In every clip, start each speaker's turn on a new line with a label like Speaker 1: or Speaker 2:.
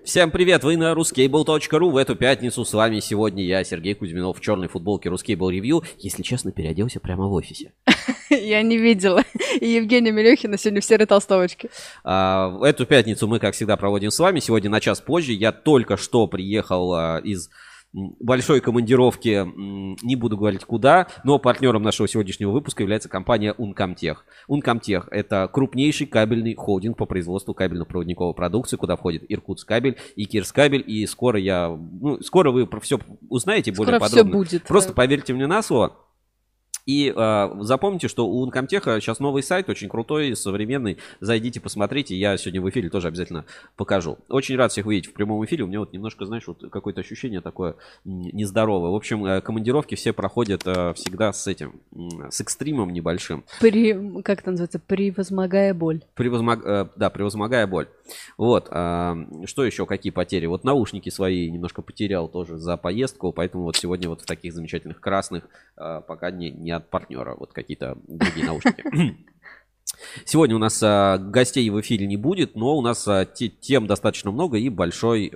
Speaker 1: Всем привет, вы на ruscable.ru. В эту пятницу с вами сегодня я, Сергей Кузьминов, в черной футболке Ruscable Review. Если честно, переоделся прямо в офисе.
Speaker 2: Я не видела. И Евгения Мелехина сегодня в серой толстовочке.
Speaker 1: В эту пятницу мы, как всегда, проводим с вами. Сегодня на час позже. Я только что приехал из большой командировки, не буду говорить куда, но партнером нашего сегодняшнего выпуска является компания Uncomtech. Uncomtech – это крупнейший кабельный холдинг по производству кабельно-проводниковой продукции, куда входит Иркутскабель и Кирскабель. И скоро скоро вы про все узнаете более подробно.
Speaker 2: Все будет.
Speaker 1: Просто поверьте мне на слово. И запомните, что у Uncomtech сейчас новый сайт, очень крутой, современный. Зайдите, посмотрите. Я сегодня в эфире тоже обязательно покажу. Очень рад всех видеть в прямом эфире. У меня вот немножко, знаешь, вот какое-то ощущение такое нездоровое. В общем, командировки все проходят всегда с экстримом небольшим.
Speaker 2: Как это называется? Превозмогая боль.
Speaker 1: Да, превозмогая боль. Вот. Что еще? Какие потери? Вот наушники свои немножко потерял тоже за поездку. Поэтому вот сегодня вот в таких замечательных красных, пока не от партнера, вот какие-то другие наушники. Сегодня у нас гостей в эфире не будет, но у нас тем достаточно много и большой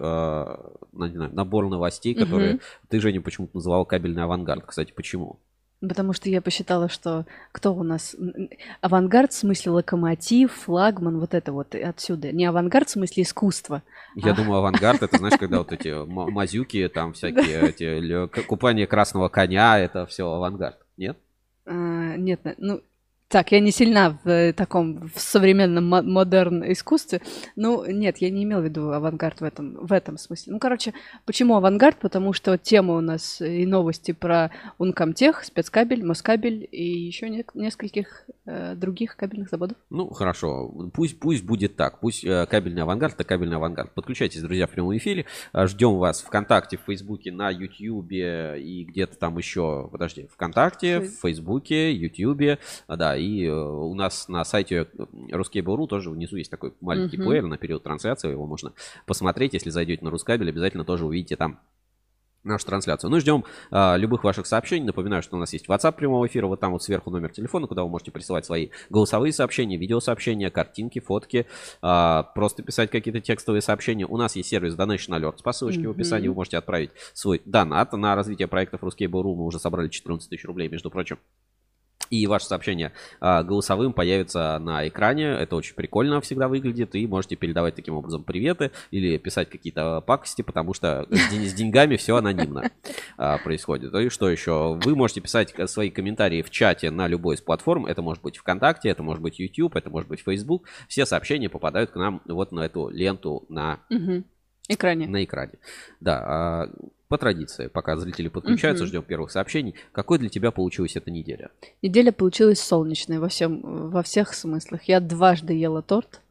Speaker 1: набор новостей, которые ты, Женя, почему-то называла кабельный авангард. Кстати, почему?
Speaker 2: Потому что я посчитала, что кто у нас? Авангард в смысле локомотив, флагман, вот это вот отсюда. Не авангард в смысле искусства.
Speaker 1: Я думаю, авангард это, знаешь, когда вот эти мазюки, там всякие эти купание красного коня, это все авангард, нет?
Speaker 2: Нет, ну... Так, я не сильна в таком в современном модерн искусстве. Ну, нет, я не имела в виду авангард в этом смысле. Ну, короче, почему авангард? Потому что тема у нас и новости про Uncomtech, спецкабель, Москабель и еще нескольких других кабельных заводов.
Speaker 1: Ну, хорошо. Пусть будет так. Пусть кабельный авангард — это кабельный авангард. Подключайтесь, друзья, в прямом эфире. Ждем вас ВКонтакте, в Фейсбуке, на Ютьюбе и где-то там еще. Подожди, ВКонтакте, в Фейсбуке, Ютьюбе, да. И у нас на сайте Ruscable.ru тоже внизу есть такой маленький плеер на период трансляции. Его можно посмотреть. Если зайдете на Ruscable, обязательно тоже увидите там нашу трансляцию. Ну и ждем любых ваших сообщений. Напоминаю, что у нас есть WhatsApp прямого эфира. Вот там вот сверху номер телефона, куда вы можете присылать свои голосовые сообщения, видеосообщения, картинки, фотки. Просто писать какие-то текстовые сообщения. У нас есть сервис Donation Alert по ссылочке в описании. Вы можете отправить свой донат на развитие проектов Ruscable.ru. Мы уже собрали 14 тысяч рублей, между прочим. И ваше сообщение голосовым появится на экране. Это очень прикольно всегда выглядит. И можете передавать таким образом приветы или писать какие-то пакости, потому что с деньгами все анонимно происходит. И что еще? Вы можете писать свои комментарии в чате на любой из платформ. Это может быть ВКонтакте, это может быть YouTube, это может быть Facebook. Все сообщения попадают к нам вот на эту ленту на
Speaker 2: экране.
Speaker 1: На экране. Да. По традиции, пока зрители подключаются, ждем первых сообщений. Какой для тебя получилась эта неделя?
Speaker 2: Неделя получилась солнечной во всех смыслах. Я дважды ела торт.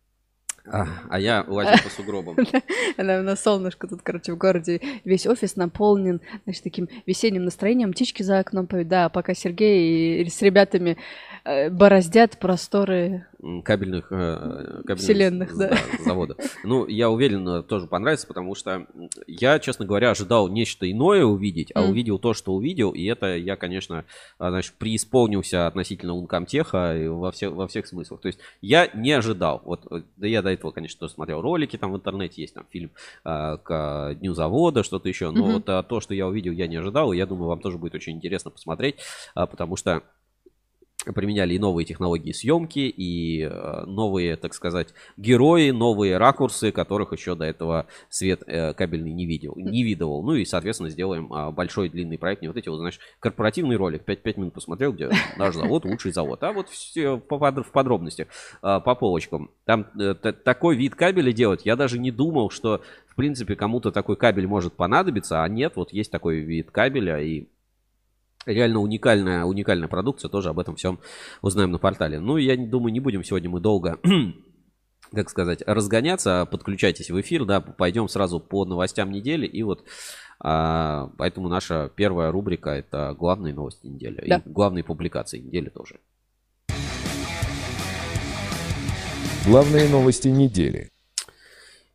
Speaker 1: А я лазил по сугробам.
Speaker 2: На солнышко тут, короче, в городе весь офис наполнен, значит, таким весенним настроением. Птички за окном поют. Да, пока Сергей с ребятами бороздят просторы
Speaker 1: кабельных
Speaker 2: вселенных, да.
Speaker 1: Заводов. Ну, я уверен, тоже понравится, потому что я, честно говоря, ожидал нечто иное увидеть, а увидел то, что увидел, и это я, конечно, значит, преисполнился относительно Uncomtech во всех смыслах. То есть я не ожидал. Вот, да я до этого, конечно, тоже смотрел ролики, там в интернете есть там фильм к Дню завода, что-то еще, но вот то, что я увидел, я не ожидал, и я думаю, вам тоже будет очень интересно посмотреть, потому что применяли и новые технологии съемки, и новые, так сказать, герои, новые ракурсы, которых еще до этого свет кабельный не видывал. Ну и, соответственно, сделаем большой длинный проект. Не вот эти вот, знаешь, корпоративный ролик. 5 минут посмотрел, где наш завод лучший завод. А вот все в подробностях, по полочкам. Там такой вид кабеля делать, я даже не думал, что, в принципе, кому-то такой кабель может понадобиться. А нет, вот есть такой вид кабеля, и реально уникальная продукция, тоже об этом всем узнаем на портале. Ну, я думаю, не будем сегодня мы долго, как сказать, разгоняться. Подключайтесь в эфир, да, пойдем сразу по новостям недели. И вот поэтому наша первая рубрика — это главные новости недели. Да. И главные публикации недели тоже.
Speaker 3: Главные новости недели.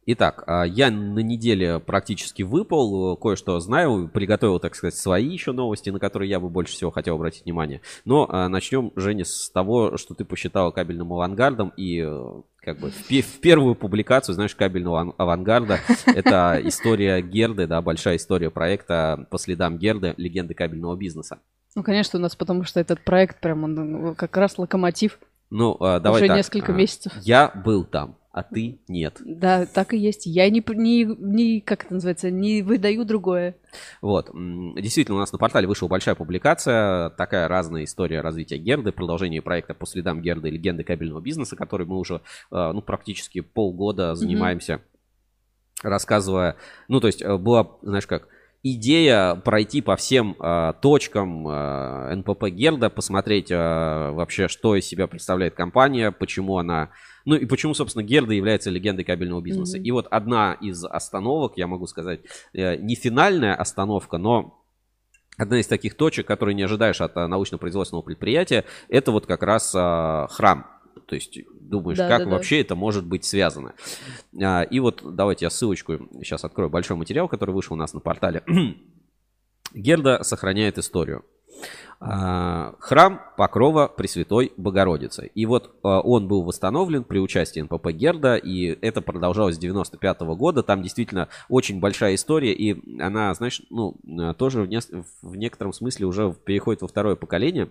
Speaker 1: Итак, я на неделе практически выпал, кое-что знаю, приготовил, так сказать, свои еще новости, на которые я бы больше всего хотел обратить внимание. Но начнем, Женя, с того, что ты посчитала кабельным авангардом, и как бы в первую публикацию, знаешь, кабельного авангарда, это история Герды, да, большая история проекта по следам Герды, легенды кабельного бизнеса.
Speaker 2: Ну, конечно, у нас, потому что этот проект прям он как раз локомотив.
Speaker 1: Ну, давай
Speaker 2: уже
Speaker 1: так.
Speaker 2: Несколько месяцев.
Speaker 1: Я был там, а ты нет.
Speaker 2: Да, так и есть. Я не как это называется, не выдаю другое.
Speaker 1: Вот. Действительно, у нас на портале вышла большая публикация, такая разная история развития Герды, продолжение проекта по следам Герды, легенды кабельного бизнеса, который мы уже, ну, практически полгода занимаемся, рассказывая. Ну, то есть была, знаешь как, идея пройти по всем точкам НПП Герда, посмотреть вообще, что из себя представляет компания, почему она... Ну и почему, собственно, Герда является легендой кабельного бизнеса. И вот одна из остановок, я могу сказать, не финальная остановка, но одна из таких точек, которые не ожидаешь от научно-производственного предприятия, это вот как раз храм. То есть думаешь, как вообще это может быть связано. И вот давайте я ссылочку сейчас открою. Большой материал, который вышел у нас на портале. Герда сохраняет историю. Храм Покрова Пресвятой Богородицы. И вот он был восстановлен при участии НПП Герда, и это продолжалось с 95 года. Там действительно очень большая история, и она, знаешь, ну, тоже в некотором смысле уже переходит во второе поколение.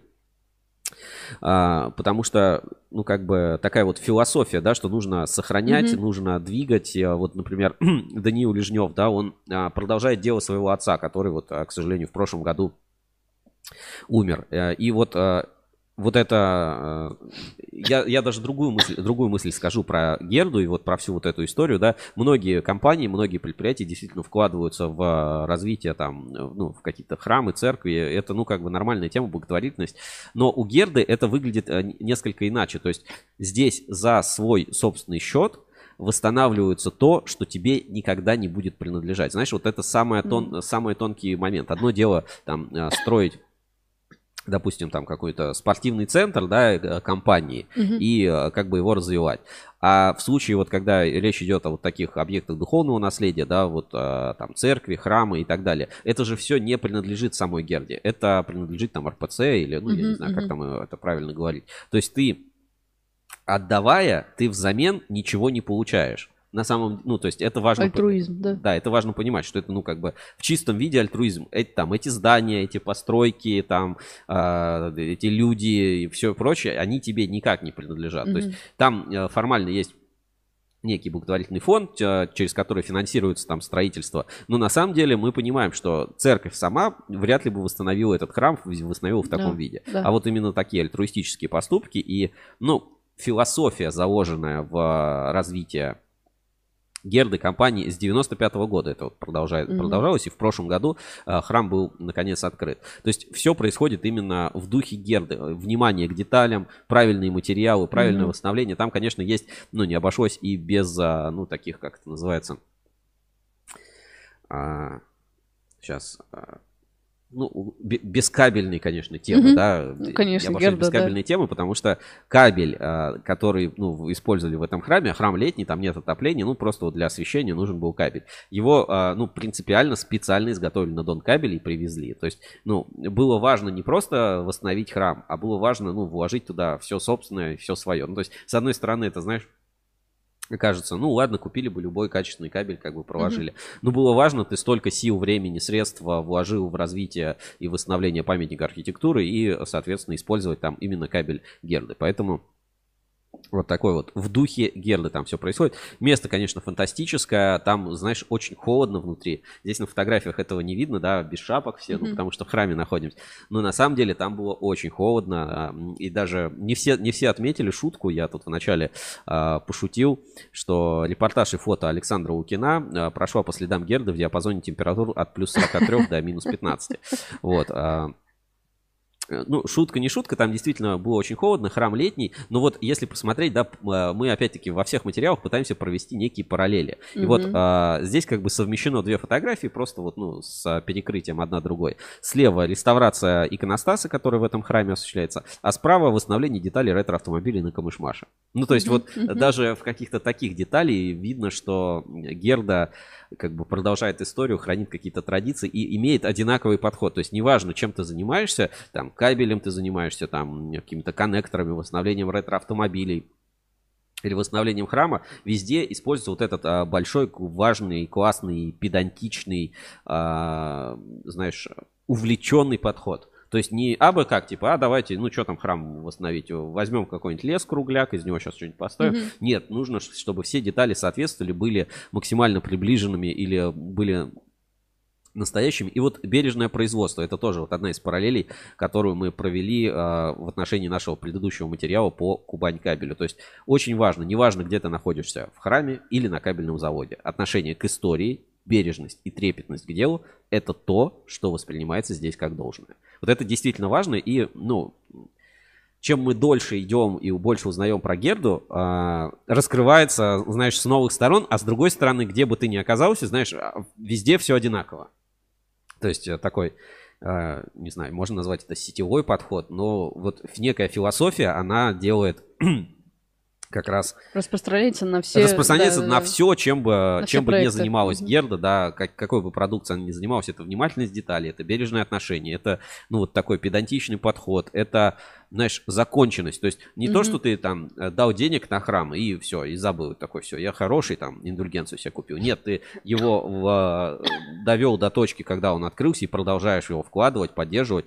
Speaker 1: Потому что, ну, как бы такая вот философия, да, что нужно сохранять, нужно двигать. Вот, например, Даниил Лежнев, да, он продолжает дело своего отца, который вот, к сожалению, в прошлом году умер. И вот это... Я даже другую мысль скажу про Герду и вот про всю вот эту историю, да. Многие компании, многие предприятия действительно вкладываются в развитие там, ну, в какие-то храмы, церкви. Это, ну, как бы нормальная тема, благотворительность. Но у Герды это выглядит несколько иначе. То есть здесь за свой собственный счет восстанавливается то, что тебе никогда не будет принадлежать. Знаешь, вот это самый тонкий момент. Одно дело там строить, допустим, там какой-то спортивный центр, да, компании, и как бы его развивать. А в случае, вот когда речь идет о вот таких объектах духовного наследия, да, вот там церкви, храмы и так далее, это же все не принадлежит самой Герде. Это принадлежит там РПЦ или, ну, я не знаю, как там это правильно говорить. То есть ты, отдавая, ты взамен ничего не получаешь. На самом, ну, то есть это важно...
Speaker 2: Альтруизм, да.
Speaker 1: Да, это важно понимать, что это, ну, как бы в чистом виде альтруизм. Эти здания, эти постройки, там, эти люди и все прочее, они тебе никак не принадлежат. То есть там формально есть некий благотворительный фонд, через который финансируется там строительство. Но на самом деле мы понимаем, что церковь сама вряд ли бы восстановила этот храм, восстановила в таком виде. Да. А вот именно такие альтруистические поступки и, ну, философия, заложенная в развитие Герды компании с 95-го года это вот продолжалось, и в прошлом году храм был наконец открыт. То есть все происходит именно в духе Герды. Внимание к деталям, правильные материалы, правильное восстановление. Там, конечно, есть, ну, не обошлось и без, ну, таких, как это называется, сейчас... Ну, бескабельной, конечно, темы, да.
Speaker 2: Ну, конечно,
Speaker 1: я обожаю бескабельные темы, потому что кабель, который, ну, использовали в этом храме, храм летний, там нет отопления, ну, просто вот для освещения нужен был кабель. Его, ну, принципиально специально изготовили на Донкабеле и привезли. То есть, ну, было важно не просто восстановить храм, а было важно, ну, вложить туда все собственное, все свое. Ну, то есть, с одной стороны, это, знаешь, кажется, ну ладно, купили бы любой качественный кабель, как бы проложили. Но было важно, ты столько сил, времени, средств вложил в развитие и восстановление памятника архитектуры и, соответственно, использовать там именно кабель Герды. Поэтому вот такой вот в духе Герды там все происходит. Место, конечно, фантастическое. Там, знаешь, очень холодно внутри. Здесь на фотографиях этого не видно, да, без шапок все, ну, потому что в храме находимся. Но на самом деле там было очень холодно. И даже не все отметили шутку. Я тут вначале пошутил, что репортаж и фото Александра Лукина прошла по следам Герды в диапазоне температур от плюс 43 до минус 15. Вот. Ну, шутка не шутка, там действительно было очень холодно, храм летний, но вот если посмотреть, да, мы опять-таки во всех материалах пытаемся провести некие параллели. И вот здесь как бы совмещено две фотографии, просто вот, ну, с перекрытием одна другой. Слева реставрация иконостаса, который в этом храме осуществляется, а справа восстановление деталей ретро-автомобилей на Камыш-Маше. Ну, то есть вот даже в каких-то таких деталей видно, что Герда как бы продолжает историю, хранит какие-то традиции и имеет одинаковый подход. То есть неважно, чем ты занимаешься, там, кабелем ты занимаешься, там, какими-то коннекторами, восстановлением ретро-автомобилей или восстановлением храма, везде используется вот этот большой, важный, классный, педантичный, знаешь, увлеченный подход. То есть не абы как, типа, давайте, ну что там храм восстановить, возьмем какой-нибудь лес, кругляк, из него сейчас что-нибудь поставим. Нет, нужно, чтобы все детали соответствовали, были максимально приближенными или были настоящими. И вот бережное производство, это тоже вот одна из параллелей, которую мы провели в отношении нашего предыдущего материала по Кубань кабелю. То есть очень важно, неважно, где ты находишься, в храме или на кабельном заводе, отношение к истории, бережность и трепетность к делу — это то, что воспринимается здесь как должное. Вот это действительно важно, и, ну, чем мы дольше идем и больше узнаем про Герду, раскрывается, знаешь, с новых сторон, а с другой стороны, где бы ты ни оказался, знаешь, везде все одинаково. То есть такой, не знаю, можно назвать это сетевой подход, но вот некая философия, она делает как раз
Speaker 2: распространяется на все,
Speaker 1: на все, чем бы
Speaker 2: проекты.
Speaker 1: Не занималась Герда, да, какой бы продукцией она ни занималась, это внимательность деталей, это бережное отношение, это, ну, вот такой педантичный подход, это, знаешь, законченность. То есть не то, что ты там дал денег на храм и все, и забыл такой, все, я хороший, там, индульгенцию себе купил. Нет, ты его довел до точки, когда он открылся, и продолжаешь его вкладывать, поддерживать,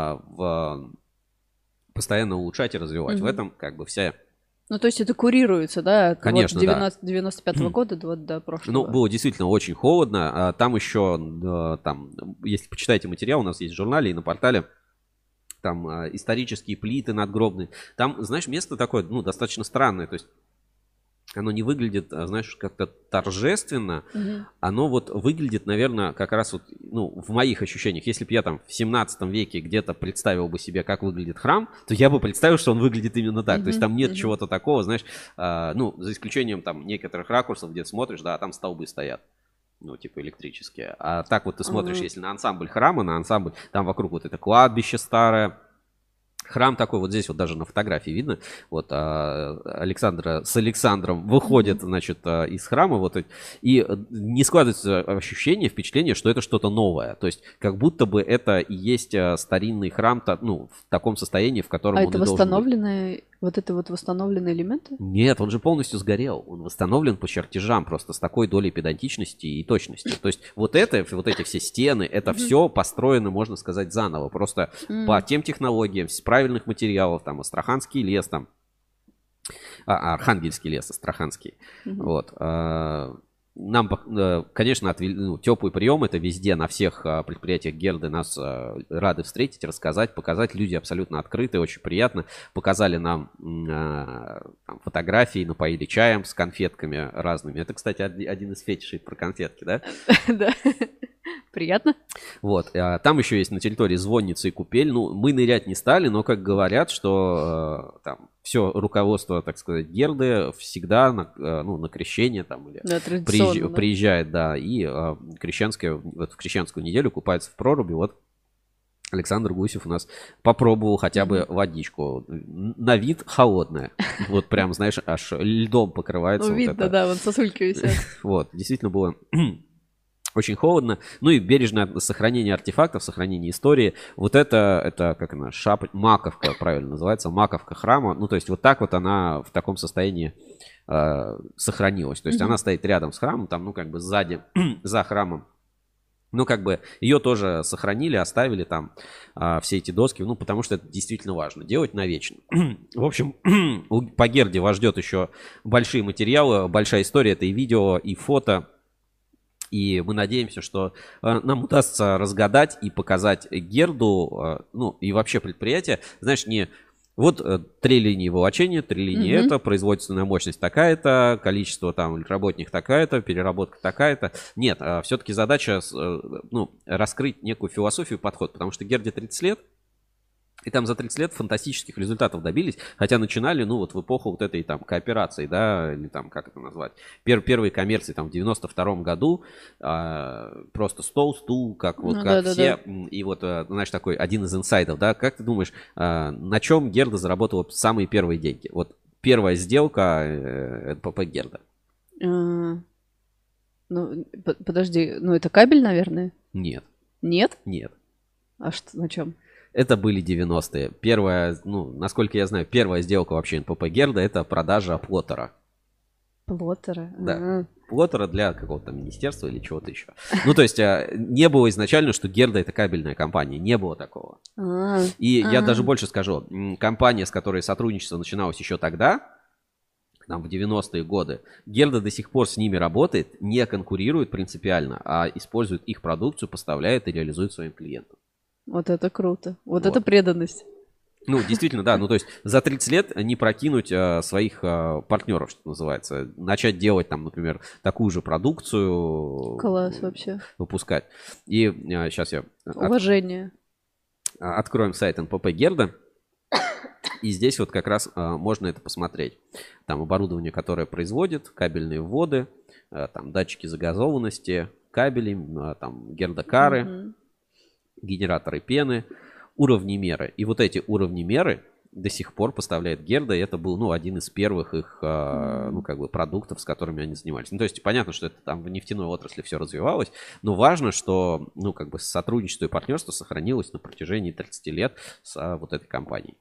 Speaker 1: постоянно улучшать и развивать. В этом как бы вся...
Speaker 2: Ну, то есть это курируется, да?
Speaker 1: Конечно,
Speaker 2: вот 95-го года до прошлого.
Speaker 1: Ну, было действительно очень холодно. Там еще, там, если почитаете материал, у нас есть в журнале и на портале, там исторические плиты надгробные. Там, знаешь, место такое, ну, достаточно странное. То есть оно не выглядит, знаешь, как-то торжественно. Оно вот выглядит, наверное, как раз вот, ну, в моих ощущениях. Если бы я там в 17 веке где-то представил бы себе, как выглядит храм, то я бы представил, что он выглядит именно так. То есть там нет чего-то такого, знаешь, ну, за исключением там некоторых ракурсов, где ты смотришь, да, там столбы стоят. Ну, типа электрические. А так вот ты смотришь, если на ансамбль храма, на ансамбль, там вокруг вот это кладбище старое. Храм такой, вот здесь вот даже на фотографии видно, вот Александра с Александром выходят, значит, из храма, вот, и не складывается ощущение, впечатление, что это что-то новое. То есть, как будто бы это и есть старинный храм, ну, в таком состоянии, в котором он
Speaker 2: это
Speaker 1: и
Speaker 2: восстановленные, быть. Вот это вот восстановленные элементы?
Speaker 1: Нет, он же полностью сгорел. Он восстановлен по чертежам, просто с такой долей педантичности и точности. То есть вот эти все стены, это все построено, можно сказать, заново. Просто по тем технологиям, с правильных материалов, там, Астраханский лес, там, Архангельский лес, Астраханский. Вот. Нам, конечно, теплый прием, это везде, на всех предприятиях Герды нас рады встретить, рассказать, показать. Люди абсолютно открыты, очень приятно. Показали нам фотографии, напоили чаем с конфетками разными. Это, кстати, один из фетишей про конфетки, да?
Speaker 2: Да. Приятно.
Speaker 1: Вот. Там еще есть на территории звонница и купель. Ну, мы нырять не стали, но, как говорят, что там все руководство, так сказать, Герды всегда на крещение там или приезжает, да, и в крещенскую неделю купается в проруби. Вот Александр Гусев у нас попробовал хотя бы водичку. На вид холодная. Вот прям, знаешь, аж льдом покрывается.
Speaker 2: Ну, видно, да, вон сосульки висят.
Speaker 1: Вот, действительно было... Очень холодно. Ну и бережное сохранение артефактов, сохранение истории. Вот это как она, маковка, правильно называется, маковка храма. Ну, то есть вот так вот она в таком состоянии сохранилась. То есть она стоит рядом с храмом, там, ну, как бы сзади, за храмом. Ну, как бы ее тоже сохранили, оставили там все эти доски, ну, потому что это действительно важно, делать навечно. В общем, по Герде вас ждет еще большие материалы, большая история, это и видео, и фото. И мы надеемся, что нам удастся разгадать и показать Герду, ну и вообще предприятие. Знаешь, не вот 3 линии волочения, 3 линии это, производственная мощность такая-то, количество там работников такая-то, переработка такая-то. Нет, все-таки задача раскрыть некую философию, подход, потому что Герде 30 лет. И там за 30 лет фантастических результатов добились, хотя начинали, ну, вот в эпоху вот этой там кооперации, да, или там, как это назвать, первые коммерции там в 92-м году, просто стул, как вот,
Speaker 2: Ну,
Speaker 1: как все,
Speaker 2: да-да-да.
Speaker 1: и вот, знаешь, такой один из инсайдов, да, как ты думаешь, на чем Герда заработала самые первые деньги? Вот первая сделка НПП Герда.
Speaker 2: Ну, подожди, ну это кабель, наверное?
Speaker 1: Нет,
Speaker 2: Нет?
Speaker 1: нет.
Speaker 2: А что, на чем?
Speaker 1: Это были 90-е. Первая, ну, насколько я знаю, первая сделка вообще НПП Герда — это продажа плоттера.
Speaker 2: Плоттера?
Speaker 1: Да. Плоттера для какого-то министерства или чего-то еще. Ну, то есть не было изначально, что Герда — это кабельная компания. Не было такого. И я даже больше скажу. Компания, с которой сотрудничество начиналось еще тогда, там, в 90-е годы, Герда до сих пор с ними работает, не конкурирует принципиально, а использует их продукцию, поставляет и реализует своим клиентам.
Speaker 2: Вот это круто. Вот это преданность.
Speaker 1: Ну, действительно, да. Ну, то есть за 30 лет не прокинуть своих партнеров, что называется. Начать делать там, например, такую же продукцию.
Speaker 2: Класс вообще.
Speaker 1: Выпускать. И сейчас я...
Speaker 2: Уважение.
Speaker 1: Откроем сайт НПП Герда. И здесь вот как раз можно это посмотреть. Там оборудование, которое производит, кабельные вводы, там датчики загазованности, кабели, там гердокары, генераторы пены, уровни меры. И вот эти уровни меры до сих пор поставляет Герда, и это был, ну, один из первых их, ну, как бы продуктов, с которыми они занимались. Ну, то есть понятно, что это там в нефтяной отрасли все развивалось, но важно, что, ну, как бы сотрудничество и партнерство сохранилось на протяжении 30 лет с вот этой компанией.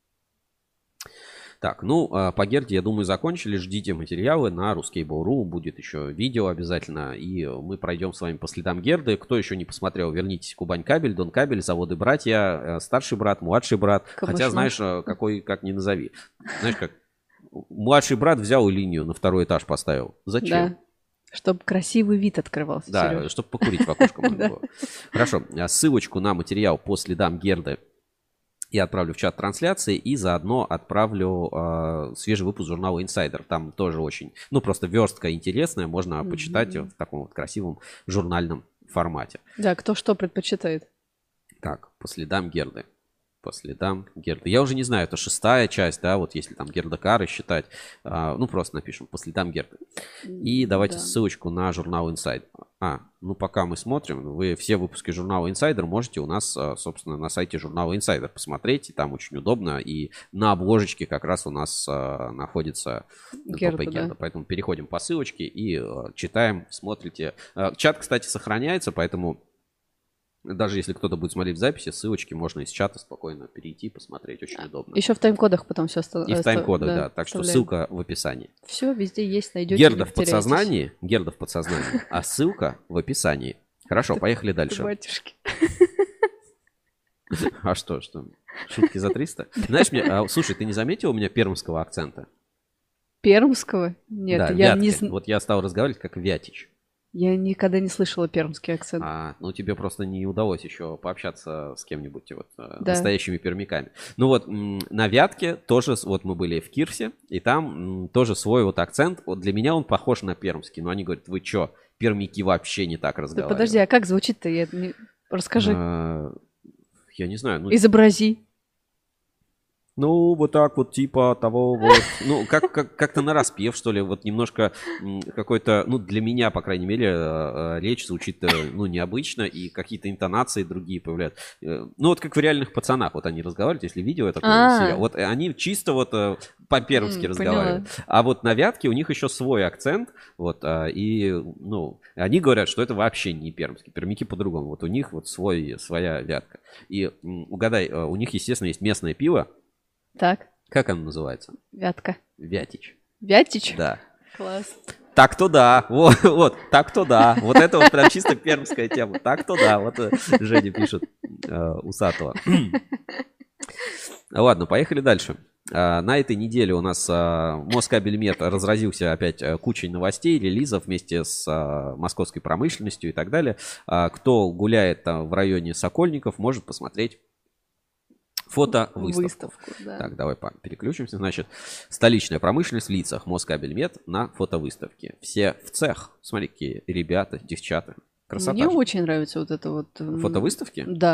Speaker 1: Так, ну, по Герде, я думаю, закончили. Ждите материалы на Ruskable.ru. Будет еще видео обязательно. И мы пройдем с вами по следам Герды. Кто еще не посмотрел, вернитесь. Кубань Кабель, Дон Кабель, заводы братья, старший брат, младший брат. Хотя, знаешь, какой, как ни назови. Знаешь, как младший брат взял и линию на второй этаж поставил. Зачем?
Speaker 2: Да. Чтобы красивый вид открывался.
Speaker 1: Да, чтобы покурить в окошко можно было. Хорошо, ссылочку на материал по следам Герды я отправлю в чат трансляции и заодно отправлю свежий выпуск журнала Insider. Там тоже очень, ну, просто верстка интересная, можно почитать в таком вот красивом журнальном формате.
Speaker 2: Да, кто что предпочитает.
Speaker 1: Так, по следам Герды. По следам Герды. Я уже не знаю, это 6-я часть, да, вот если там Гердокары считать. Ну, просто напишем по следам Герды. И давайте ссылочку на журнал Insider. Ну, пока мы смотрим, вы все выпуски журнала Insider можете у нас, собственно, на сайте журнала Insider посмотреть. И там очень удобно. И на обложечке как раз у нас находится
Speaker 2: Герда,
Speaker 1: Герда. Да. Поэтому переходим по ссылочке и читаем, смотрите. Чат, кстати, сохраняется, поэтому... Даже если кто-то будет смотреть в записи, ссылочки можно из чата спокойно перейти, посмотреть. Очень удобно.
Speaker 2: Еще в тайм-кодах потом все осталось.
Speaker 1: И в тайм-кодах, да. Так что ссылка в описании.
Speaker 2: Все, везде есть, найдете.
Speaker 1: Герда в подсознании, а ссылка в описании. Хорошо, поехали дальше.
Speaker 2: Батюшки.
Speaker 1: А что? Шутки за 300? Знаешь, слушай, ты не заметил у меня пермского акцента?
Speaker 2: Пермского? Нет,
Speaker 1: да,
Speaker 2: я
Speaker 1: не... Вот я стал разговаривать как Вятич.
Speaker 2: Я никогда не слышала пермский акцент.
Speaker 1: Ну, тебе просто не удалось еще пообщаться с кем-нибудь вот настоящими пермяками. Ну вот, на Вятке тоже, вот мы были в Кирсе, и там тоже свой вот акцент. Вот для меня он похож на пермский, но они говорят, вы что, пермяки вообще не так разговаривают.
Speaker 2: Да подожди, а как звучит-то? Расскажи.
Speaker 1: Я не знаю.
Speaker 2: Изобрази.
Speaker 1: Ну, вот так вот, типа того вот. Ну, как-то нараспев, что ли, вот немножко какой-то, ну, для меня, по крайней мере, речь звучит, ну, необычно, и какие-то интонации другие появляются. Ну, вот как в «Реальных пацанах», вот они разговаривают, если видео такое сериал, вот они чисто вот по-пермски разговаривают. А вот на Вятке у них еще свой акцент, вот, и, ну, они говорят, что это вообще не пермский, пермяки по-другому, вот у них вот своя Вятка. И угадай, у них, естественно, есть местное пиво.
Speaker 2: Так.
Speaker 1: Как оно называется?
Speaker 2: Вятка.
Speaker 1: Вятич.
Speaker 2: Вятич?
Speaker 1: Да.
Speaker 2: Класс.
Speaker 1: Так-то да. Вот, так-то да. Вот это вот прям чисто пермская тема. Так-то да. Вот Женя пишет усатого. Ладно, поехали дальше. На этой неделе у нас Москабельмет разразился опять кучей новостей, релизов вместе с московской промышленностью и так далее. Кто гуляет там в районе Сокольников, может посмотреть фотовыставку. Да. Так, давай переключимся. Значит, столичная промышленность в лицах Москабельмет на фотовыставке. Все в цех. Смотри, какие ребята, девчата. Красота.
Speaker 2: Мне очень нравится вот это вот...
Speaker 1: Фотовыставки?
Speaker 2: Да.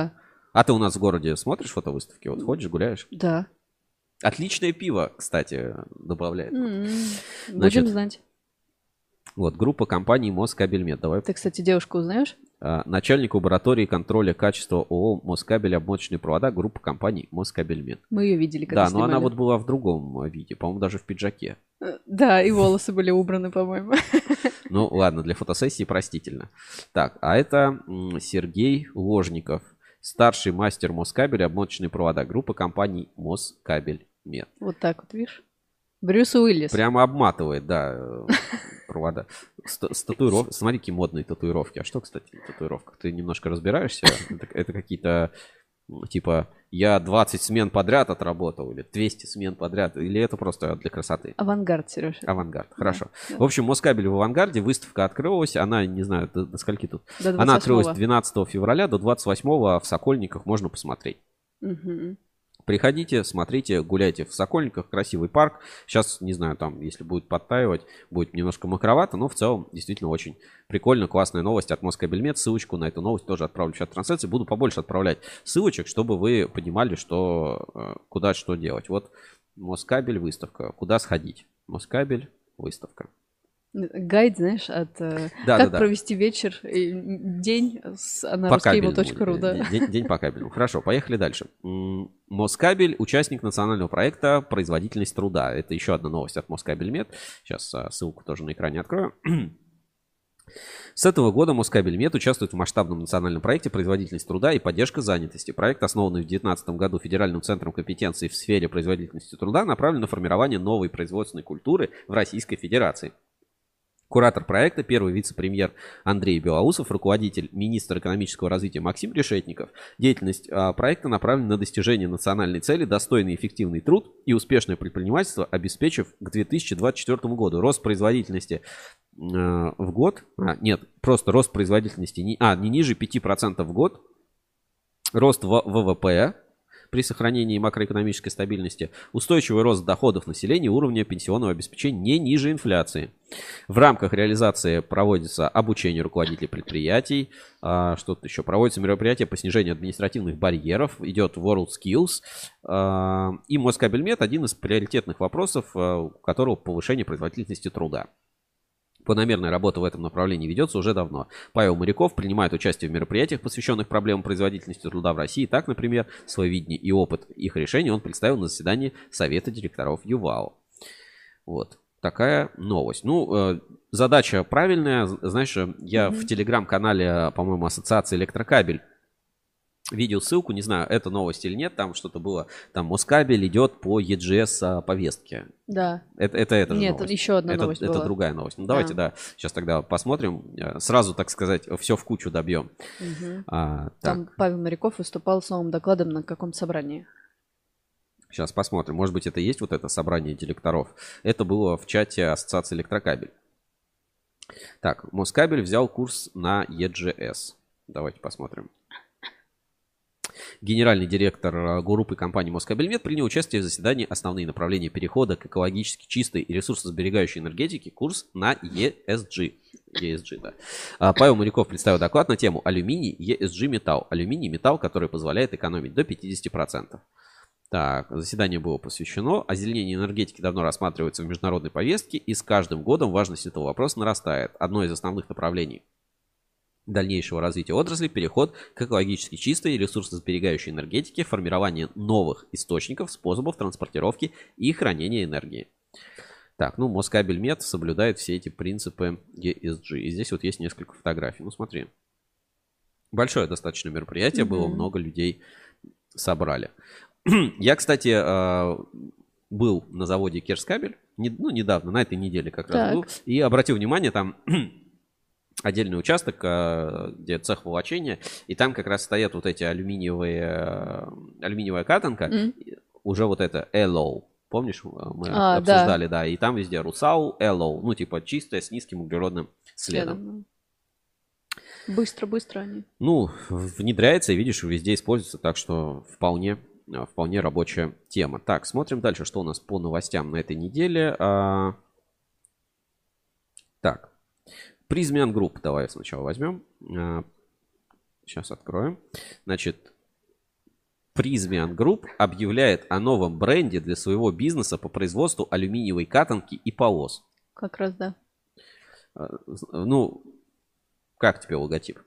Speaker 1: А ты у нас в городе смотришь фотовыставки? Вот ходишь, гуляешь?
Speaker 2: Да.
Speaker 1: Отличное пиво, кстати, добавляет.
Speaker 2: Будем знать.
Speaker 1: Вот, группа компаний Москабельмет. Давай.
Speaker 2: Ты, кстати, девушку узнаешь?
Speaker 1: Начальник лаборатории контроля качества ООО «Москабель» обмоточные провода, группа компаний Москабельмет.
Speaker 2: Мы ее видели, когда
Speaker 1: Да, но
Speaker 2: снимали.
Speaker 1: она вот была в другом виде, по-моему, даже в пиджаке.
Speaker 2: Да, и волосы были убраны, по-моему.
Speaker 1: Ну, ладно, для фотосессии простительно. Так, а это Сергей Ложников, старший мастер Москабеля, обмоточные провода, группа компаний Москабельмет.
Speaker 2: Вот так вот, видишь? Брюс Уиллис.
Speaker 1: Прямо обматывает, да, провода. С татуировкой. Смотри, какие модные татуировки. А что, кстати, на татуировках? Ты немножко разбираешься? Это какие-то, типа, я 20 смен подряд отработал, или 200 смен подряд, или это просто для красоты?
Speaker 2: Авангард, Сережа.
Speaker 1: Авангард, хорошо.
Speaker 2: Да.
Speaker 1: В общем, Москабель в Авангарде, выставка открылась, она, не знаю, до скольки тут?
Speaker 2: До 28-го.
Speaker 1: Она открылась 12 февраля, до 28-го в Сокольниках можно посмотреть.
Speaker 2: Угу.
Speaker 1: Приходите, смотрите, гуляйте в Сокольниках, красивый парк. Сейчас, не знаю, там, если будет подтаивать, будет немножко мокровато, но в целом действительно очень прикольно, классная новость от Москабельмет. Ссылочку на эту новость тоже отправлю в чат трансляции. Буду побольше отправлять ссылочек, чтобы вы понимали, что, куда что делать. Вот Москабель выставка. Куда сходить? Москабель выставка.
Speaker 2: Гайд, знаешь, от как провести вечер, день на ruskable.ru. Да.
Speaker 1: День по кабелю. Хорошо, поехали дальше. Москабель, участник национального проекта «Производительность труда». Это еще одна новость от Москабельмет. Сейчас ссылку тоже на экране открою. С этого года Москабельмет участвует в масштабном национальном проекте «Производительность труда и поддержка занятости». Проект, основанный в 2019 году Федеральным центром компетенции в сфере производительности труда, направлен на формирование новой производственной культуры в Российской Федерации. Куратор проекта, первый вице-премьер Андрей Белоусов, руководитель, министр экономического развития Максим Решетников. Деятельность проекта направлена на достижение национальной цели, достойный и эффективный труд и успешное предпринимательство, обеспечив к 2024 году рост производительности в год, просто рост производительности не ниже 5% в год, рост ВВП при сохранении макроэкономической стабильности, устойчивый рост доходов населения, уровня пенсионного обеспечения не ниже инфляции. В рамках реализации проводится обучение руководителей предприятий, что-то еще. Проводятся мероприятия по снижению административных барьеров, идет WorldSkills. И Москабельмет один из приоритетных вопросов, у которого повышение производительности труда. Планомерная работа в этом направлении ведется уже давно. Павел Моряков принимает участие в мероприятиях, посвященных проблемам производительности труда в России. Так, например, свое видение и опыт их решения он представил на заседании Совета директоров ЮВАО. Вот такая новость. Ну, задача правильная. Знаешь, я в телеграм-канале, по-моему, Ассоциации Электрокабель видел ссылку, не знаю, это новость или нет, там что-то было, там Москабель идет по EGS повестке.
Speaker 2: Да.
Speaker 1: Это же
Speaker 2: нет,
Speaker 1: новость.
Speaker 2: Еще одна новость
Speaker 1: была. Это другая новость. Ну, давайте, сейчас тогда посмотрим. Сразу, так сказать, все в кучу добьем.
Speaker 2: Там Павел Моряков выступал с новым докладом на каком-то собрании.
Speaker 1: Сейчас посмотрим. Может быть, это и есть вот это собрание директоров. Это было в чате Ассоциации Электрокабель. Так, Москабель взял курс на EGS. Давайте посмотрим. Генеральный директор группы компании Москабельмет принял участие в заседании «Основные направления перехода к экологически чистой и ресурсосберегающей энергетике. Курс на ESG». Да. Павел Моряков представил доклад на тему «Алюминий ESG металл». Алюминий – металл, который позволяет экономить до 50%. Так, заседание было посвящено. Озеленение энергетики давно рассматривается в международной повестке, и с каждым годом важность этого вопроса нарастает. Одно из основных направлений дальнейшего развития отрасли – переход к экологически чистой и ресурсосберегающей энергетике, формирование новых источников, способов транспортировки и хранения энергии. Так, ну, Москабельмет соблюдает все эти принципы ESG. И здесь вот есть несколько фотографий. Ну, смотри. Большое достаточно мероприятие было, много людей собрали. Я, кстати, был на заводе Керскабель, недавно, на этой неделе как раз был, и обратил внимание, там отдельный участок, где цех волочения, и там как раз стоят вот эти алюминиевая катанка, уже вот это Hello. Помнишь, мы обсуждали, да, и там везде Русал, Hello, ну типа чистая, с низким углеродным следом.
Speaker 2: Быстро они.
Speaker 1: Ну, внедряется, и видишь, везде используется, так что вполне рабочая тема. Так, смотрим дальше, что у нас по новостям на этой неделе. Так, Призмян Групп давай сначала возьмем. Сейчас откроем. Значит, Prysmian Group объявляет о новом бренде для своего бизнеса по производству алюминиевой катанки и полос.
Speaker 2: Как раз, да.
Speaker 1: Ну, как тебе логотип?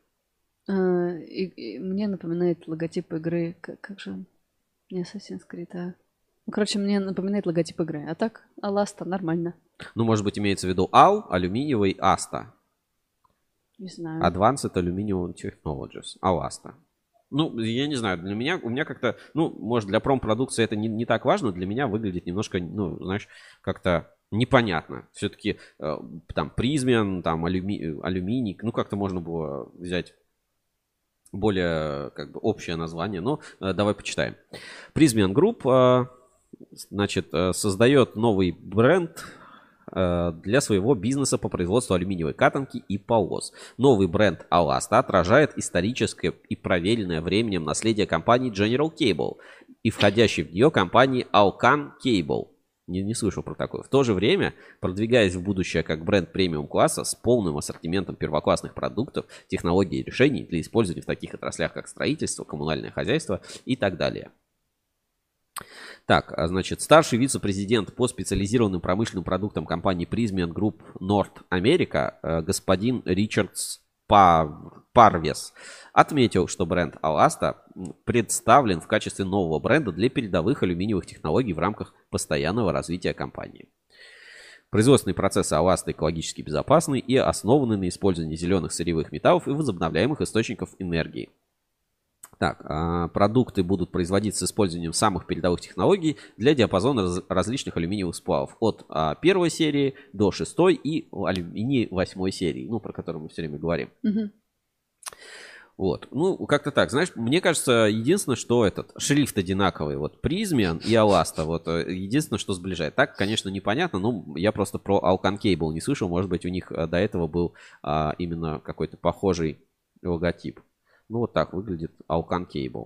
Speaker 2: Мне напоминает логотип игры, как же, не Assassin's Creed, а... Ну, короче, мне напоминает логотип игры. А так, Аласта, нормально.
Speaker 1: Ну, может быть, имеется в виду АЛ, алюминиевый Аста.
Speaker 2: Не знаю.
Speaker 1: Advanced Aluminium Technologies, Аласта. Ну, я не знаю, у меня как-то, ну, может, для промпродукции это не так важно, для меня выглядит немножко, ну, знаешь, как-то непонятно. Все-таки там Prysmian, там алюминий, ну, как-то можно было взять более, как бы, общее название, но давай почитаем. Prysmian Group, значит, создает новый бренд для своего бизнеса по производству алюминиевой катанки и полос. Новый бренд Аласта отражает историческое и проверенное временем наследие компании General Cable и входящей в нее компании Alcan Cable. Не слышал про такое. В то же время, продвигаясь в будущее как бренд премиум-класса с полным ассортиментом первоклассных продуктов, технологий и решений для использования в таких отраслях, как строительство, коммунальное хозяйство и так далее. Так, значит, старший вице-президент по специализированным промышленным продуктам компании Prysmian Group North America господин Ричард Парвес отметил, что бренд Аласта представлен в качестве нового бренда для передовых алюминиевых технологий в рамках постоянного развития компании. Производственные процессы Аласта экологически безопасны и основаны на использовании зеленых сырьевых металлов и возобновляемых источников энергии. Так, продукты будут производиться с использованием самых передовых технологий для диапазона различных алюминиевых сплавов. От первой серии до 6 и алюминий 8 серии, ну, про которую мы все время говорим.
Speaker 2: Угу.
Speaker 1: Вот, ну, как-то так, знаешь, мне кажется, единственное, что этот шрифт одинаковый, вот, Prysmian и Аласта, вот, единственное, что сближает. Так, конечно, непонятно, но я просто про Alcan Cable не слышал, может быть, у них до этого был именно какой-то похожий логотип. Ну, вот так выглядит Alcan Cable.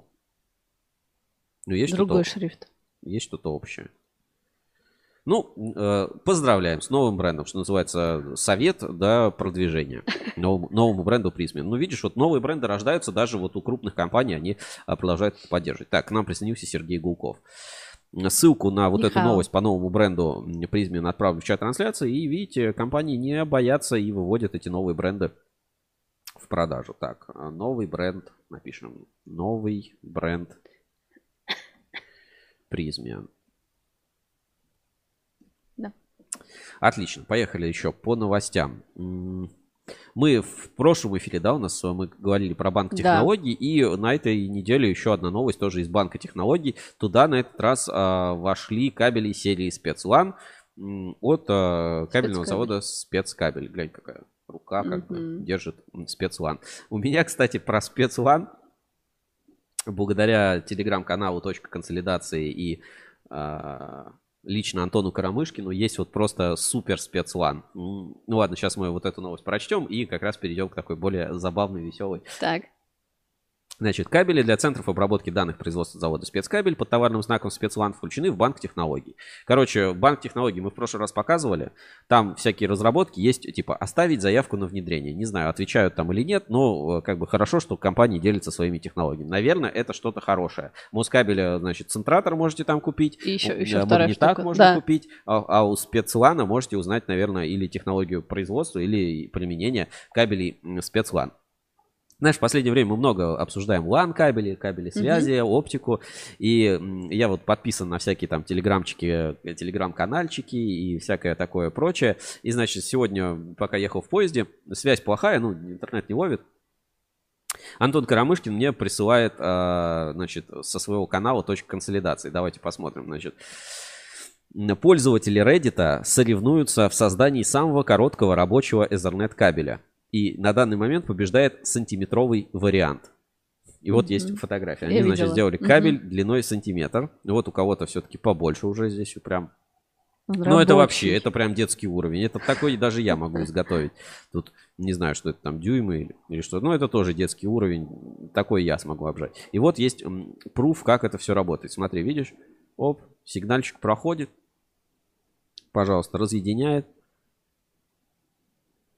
Speaker 1: Ну, есть
Speaker 2: другой шрифт.
Speaker 1: Есть что-то общее. Ну, поздравляем с новым брендом, что называется, совет, да, продвижения новому бренду Prysmian. Ну, видишь, вот новые бренды рождаются даже вот у крупных компаний, они продолжают поддерживать. Так, к нам присоединился Сергей Гулков. Ссылку на вот эту новость по новому бренду Prysmian отправлю в чат трансляции. И видите, компании не боятся и выводят эти новые бренды в продажу. Так, новый бренд, напишем, новый бренд Prysmian.
Speaker 2: Да.
Speaker 1: Отлично, поехали еще по новостям. Мы в прошлом эфире, да, мы говорили про банк технологий, да. И на этой неделе еще одна новость тоже из банка технологий. Туда на этот раз вошли кабели серии Спецлан от кабельного завода Спецкабель. Глянь, какая рука как бы держит Спецлан. У меня, кстати, про Спецлан, благодаря телеграм-каналу «Точка консолидации» и лично Антону Карамышкину, есть вот просто супер спецлан. Ну ладно, сейчас мы вот эту новость прочтем и как раз перейдем к такой более забавной, веселой.
Speaker 2: Так.
Speaker 1: Значит, кабели для центров обработки данных производства завода Спецкабель под товарным знаком Спецлан включены в банк технологий. Короче, банк технологий мы в прошлый раз показывали. Там всякие разработки есть, типа оставить заявку на внедрение. Не знаю, отвечают там или нет, но как бы хорошо, что компании делятся своими технологиями. Наверное, это что-то хорошее. Москабеля, значит, центратор можете там купить.
Speaker 2: И еще вторая штука.
Speaker 1: Можно купить. А у Спецлана можете узнать, наверное, или технологию производства, или применения кабелей Спецлан. Знаешь, в последнее время мы много обсуждаем LAN-кабели, кабели связи, оптику. И я вот подписан на всякие там телеграмчики, телеграм-канальчики и всякое такое прочее. И, значит, сегодня, пока ехал в поезде, связь плохая, ну, интернет не ловит. Антон Карамышкин мне присылает, значит, со своего канала «Точка консолидации». Давайте посмотрим, значит. Пользователи Reddit соревнуются в создании самого короткого рабочего Ethernet кабеля. И на данный момент побеждает сантиметровый вариант. И вот есть фотография. Они, значит, сделали кабель длиной сантиметр. Вот у кого-то все-таки побольше уже здесь прям. Ну, это вообще, это прям детский уровень. Это такой даже я могу изготовить. Тут не знаю, что это там, дюймы или что. Но это тоже детский уровень. Такой я смогу обжать. И вот есть пруф, как это все работает. Смотри, видишь? Оп, сигнальчик проходит. Пожалуйста, разъединяет.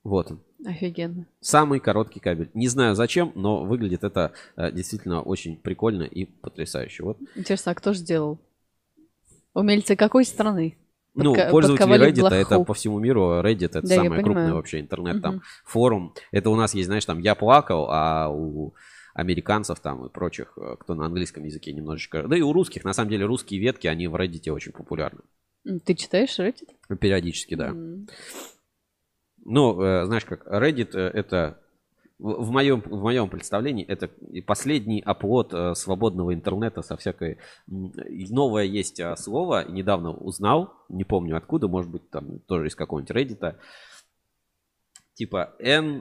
Speaker 1: Вот он.
Speaker 2: Офигенно.
Speaker 1: Самый короткий кабель. Не знаю зачем, но выглядит это действительно очень прикольно и потрясающе. Вот.
Speaker 2: Интересно, а кто же сделал? Умельцы какой страны?
Speaker 1: Пользователи Reddit, это по всему миру. Reddit — это
Speaker 2: Да,
Speaker 1: самый крупный вообще интернет, там, форум. Это у нас есть, знаешь, там «Я плакал», а у американцев там и прочих, кто на английском языке немножечко... Да и у русских, на самом деле, русские ветки, они в Reddit очень популярны.
Speaker 2: Ты читаешь Reddit?
Speaker 1: Периодически, да. Ну, знаешь как, Reddit — это... В моем представлении это последний оплот свободного интернета со всякой... Новое есть слово, недавно узнал, не помню откуда, может быть, там тоже из какого-нибудь Reddit. Типа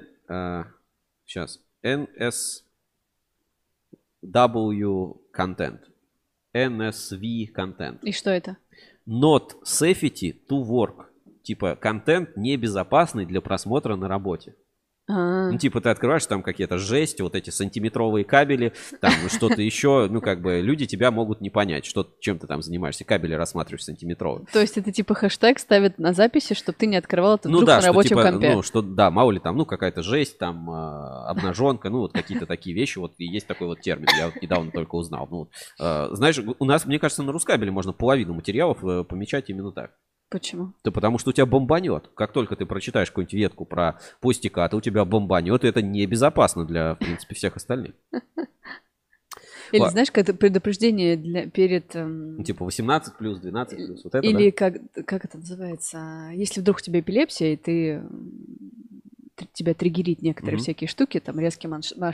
Speaker 1: NSW контент. NSV контент.
Speaker 2: И что это?
Speaker 1: Not safety to work. Типа контент небезопасный для просмотра на работе. Ну, типа, ты открываешь там какие-то жесть, вот эти сантиметровые кабели, там что-то еще, ну, как бы, люди тебя могут не понять, чем ты там занимаешься, кабели рассматриваешь сантиметровые.
Speaker 2: То есть это, типа, хэштег ставят на записи, чтобы ты не открывал это вдруг на рабочем компе?
Speaker 1: Да, мало ли там, какая-то жесть, там, обнаженка, вот какие-то такие вещи, вот, и есть такой вот термин, я вот недавно только узнал. Знаешь, у нас, мне кажется, на Рускабеле можно половину материалов помечать именно так.
Speaker 2: Почему?
Speaker 1: Да потому что у тебя бомбанет. Как только ты прочитаешь какую-нибудь ветку про пустикаты, у тебя бомбанет, и это небезопасно для, в принципе, всех остальных.
Speaker 2: Или знаешь, какое-то предупреждение перед...
Speaker 1: Типа 18+, 12+, вот это,
Speaker 2: или как это называется? Если вдруг у тебя эпилепсия, и тебя триггерит некоторые всякие штуки, там резкий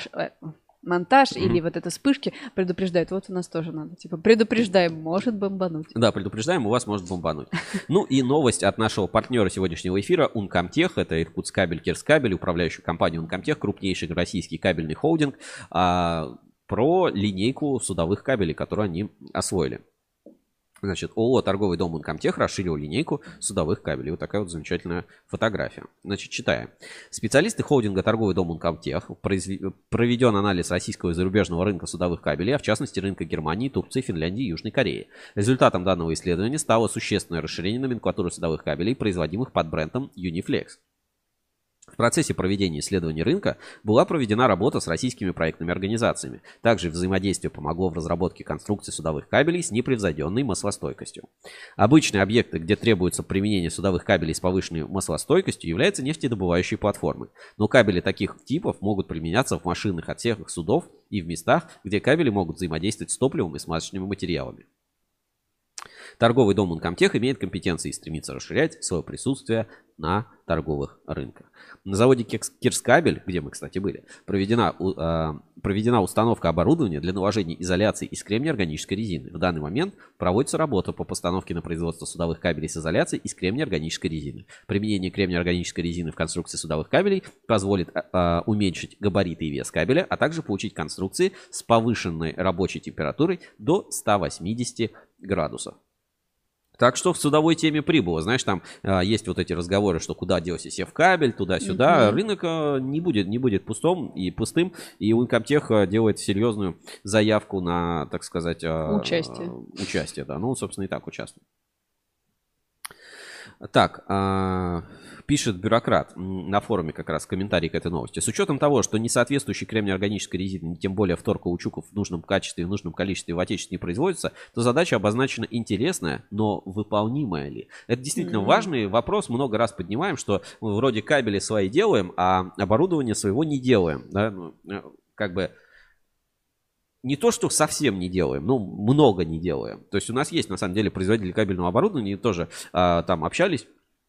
Speaker 2: монтаж или вот это вспышки предупреждают. Вот у нас тоже надо. Типа, предупреждаем, может бомбануть.
Speaker 1: Да, предупреждаем, у вас может бомбануть. Ну и новость от нашего партнера сегодняшнего эфира Uncomtech. Это Иркутскабель, Кирскабель, управляющая компания Uncomtech, крупнейший российский кабельный холдинг, про линейку судовых кабелей, которую они освоили. Значит, ООО «Торговый дом Uncomtech» расширил линейку судовых кабелей. Вот такая вот замечательная фотография. Значит, читаем. Специалисты холдинга «Торговый дом Uncomtech» проведен анализ российского и зарубежного рынка судовых кабелей, а в частности рынка Германии, Турции, Финляндии и Южной Кореи. Результатом данного исследования стало существенное расширение номенклатуры судовых кабелей, производимых под брендом Uniflex. В процессе проведения исследований рынка была проведена работа с российскими проектными организациями. Также взаимодействие помогло в разработке конструкций судовых кабелей с непревзойденной маслостойкостью. Обычные объекты, где требуется применение судовых кабелей с повышенной маслостойкостью, являются нефтедобывающие платформы. Но кабели таких типов могут применяться в машинных отсеках судов и в местах, где кабели могут взаимодействовать с топливом и смазочными материалами. Торговый дом Uncomtech имеет компетенции и стремится расширять свое присутствие на торговых рынках. На заводе Кирскабель, где мы, кстати, были, проведена установка оборудования для наложения изоляции из кремния-органической резины. В данный момент проводится работа по постановке на производство судовых кабелей с изоляцией из кремния-органической резины. Применение кремния-органической резины в конструкции судовых кабелей позволит уменьшить габариты и вес кабеля, а также получить конструкции с повышенной рабочей температурой до 180 градусов. Так что в судовой теме прибыло. Знаешь, там есть вот эти разговоры, что куда делся севкабель, туда-сюда. Рынок не будет пустым. И Uncomtech делает серьезную заявку на, так сказать, участие. Да. Ну, собственно, и так участвует. Так, пишет бюрократ на форуме как раз комментарий к этой новости. С учетом того, что несоответствующий кремний-органической резины, тем более вторкаучуков в нужном качестве и в нужном количестве в отечестве не производится, то задача обозначена интересная, но выполнимая ли? Это действительно важный вопрос. Много раз поднимаем, что мы вроде кабели свои делаем, а оборудование своего не делаем. Да? Как бы... Не то, что совсем не делаем, но много не делаем. То есть у нас есть, на самом деле, производители кабельного оборудования, тоже там общались.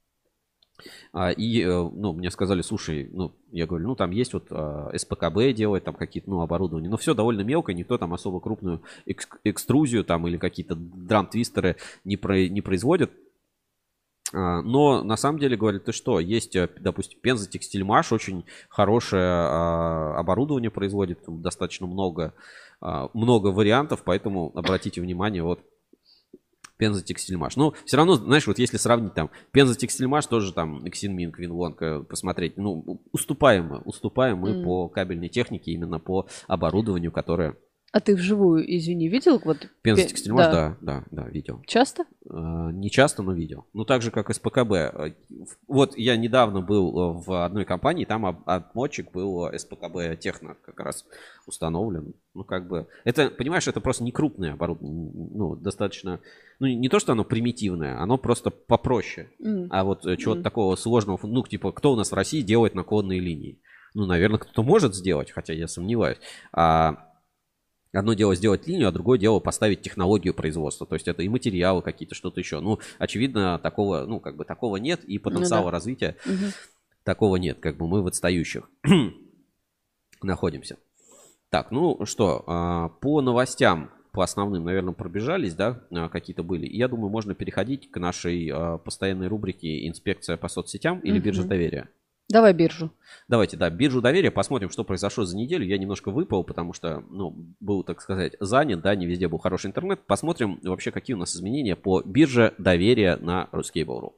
Speaker 1: И, мне сказали, слушай, я говорю, там есть вот СПКБ делает там какие-то, оборудование, но все довольно мелкое, никто там особо крупную экструзию там или какие-то драм-твистеры не производит. Но на самом деле, говорят, ты что, есть, допустим, Пенза Текстильмаш, очень хорошее оборудование производит, достаточно много вариантов, поэтому обратите внимание, вот Пенза Текстильмаш. Но все равно, знаешь, вот если сравнить там Пенза Текстильмаш, тоже там Эксинмин, Квинлонг посмотреть, уступаем мы по кабельной технике, именно по оборудованию, которое...
Speaker 2: А ты вживую, извини, видел? Вот
Speaker 1: Пенза Текстильмаш, да, видел.
Speaker 2: Часто?
Speaker 1: Не часто, но видел. Ну, так же, как СПКБ. Вот я недавно был в одной компании, там отмотчик был СПКБ Техно как раз установлен. Ну, как бы... Это, понимаешь, это просто не крупное оборудование. Ну, достаточно... Ну, не то, что оно примитивное, оно просто попроще. А вот чего-то такого сложного... Ну, типа, кто у нас в России делает наклонные линии? Ну, наверное, кто-то может сделать, хотя я сомневаюсь. Одно дело сделать линию, а другое дело поставить технологию производства. То есть это и материалы какие-то, что-то еще. Ну, очевидно, такого, ну, как бы такого нет, и потенциала развития такого нет. Как бы мы в отстающих находимся. Так, ну что, по новостям, по основным, наверное, пробежались, да, какие-то были. И я думаю, можно переходить к нашей постоянной рубрике «Инспекция по соцсетям» или «Биржа доверия».
Speaker 2: Давай биржу.
Speaker 1: Давайте, да, биржу доверия, посмотрим, что произошло за неделю. Я немножко выпал, потому что, ну, был, так сказать, занят, да, не везде был хороший интернет. Посмотрим вообще, какие у нас изменения по бирже доверия на Ruscable.ru.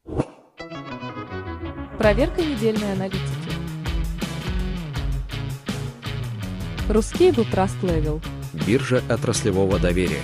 Speaker 3: Проверка недельной аналитики. Ruscable Trust Level.
Speaker 4: Биржа отраслевого доверия.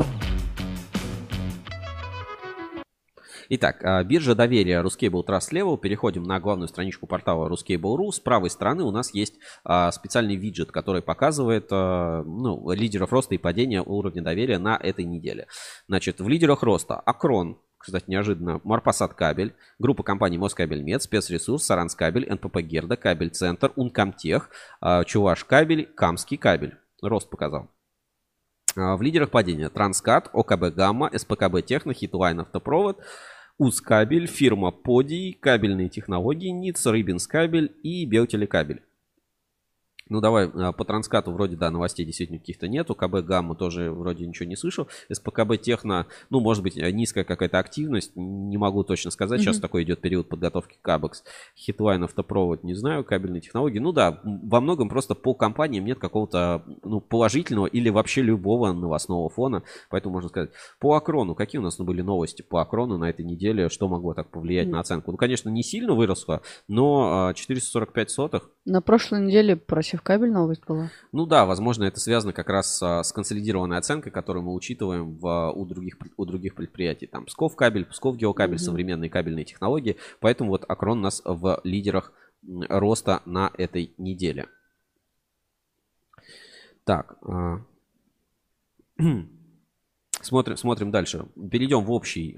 Speaker 1: Итак, биржа доверия Ruscable Trust Level. Переходим на главную страничку портала Ruscable.ru. С правой стороны у нас есть специальный виджет, который показывает лидеров роста и падения уровня доверия на этой неделе. Значит, в лидерах роста Акрон, кстати, неожиданно, Марпасад Кабель, группа компаний Москабельмет, Спецресурс, Саранскабель, НПП Герда, Кабель Центр, Ункомтех, Чуваш Кабель, Камский Кабель. Рост показал. В лидерах падения Транскат, ОКБ Гамма, СПКБ Техно, Хитлайн Автопровод, Узкабель, фирма Подий, кабельные технологии, НИЦ, Рыбинскабель и Белтелекабель. Ну, давай, по Транскату вроде, да, новостей действительно каких-то нету. КБ Гамма тоже вроде ничего не слышал. СПКБ Техно, ну, может быть, низкая какая-то активность. Не могу точно сказать. Сейчас такой идет период подготовки Кабекс. Хитлайн, Автопровод, не знаю, кабельные технологии. Ну, да, во многом просто по компаниям нет какого-то, ну, положительного или вообще любого новостного фона. Поэтому можно сказать. По Акрону, какие у нас были новости по Акрону на этой неделе? Что могло так повлиять на оценку? Ну, конечно, не сильно выросло, но 445 сотых.
Speaker 2: На прошлой неделе про Севкабель новость была.
Speaker 1: Ну да, возможно, это связано как раз с консолидированной оценкой, которую мы учитываем у других предприятий. Там Псков кабель, Псков геокабель, современные кабельные технологии. Поэтому вот Акрон у нас в лидерах роста на этой неделе. Так. Смотрим дальше. Перейдем в общий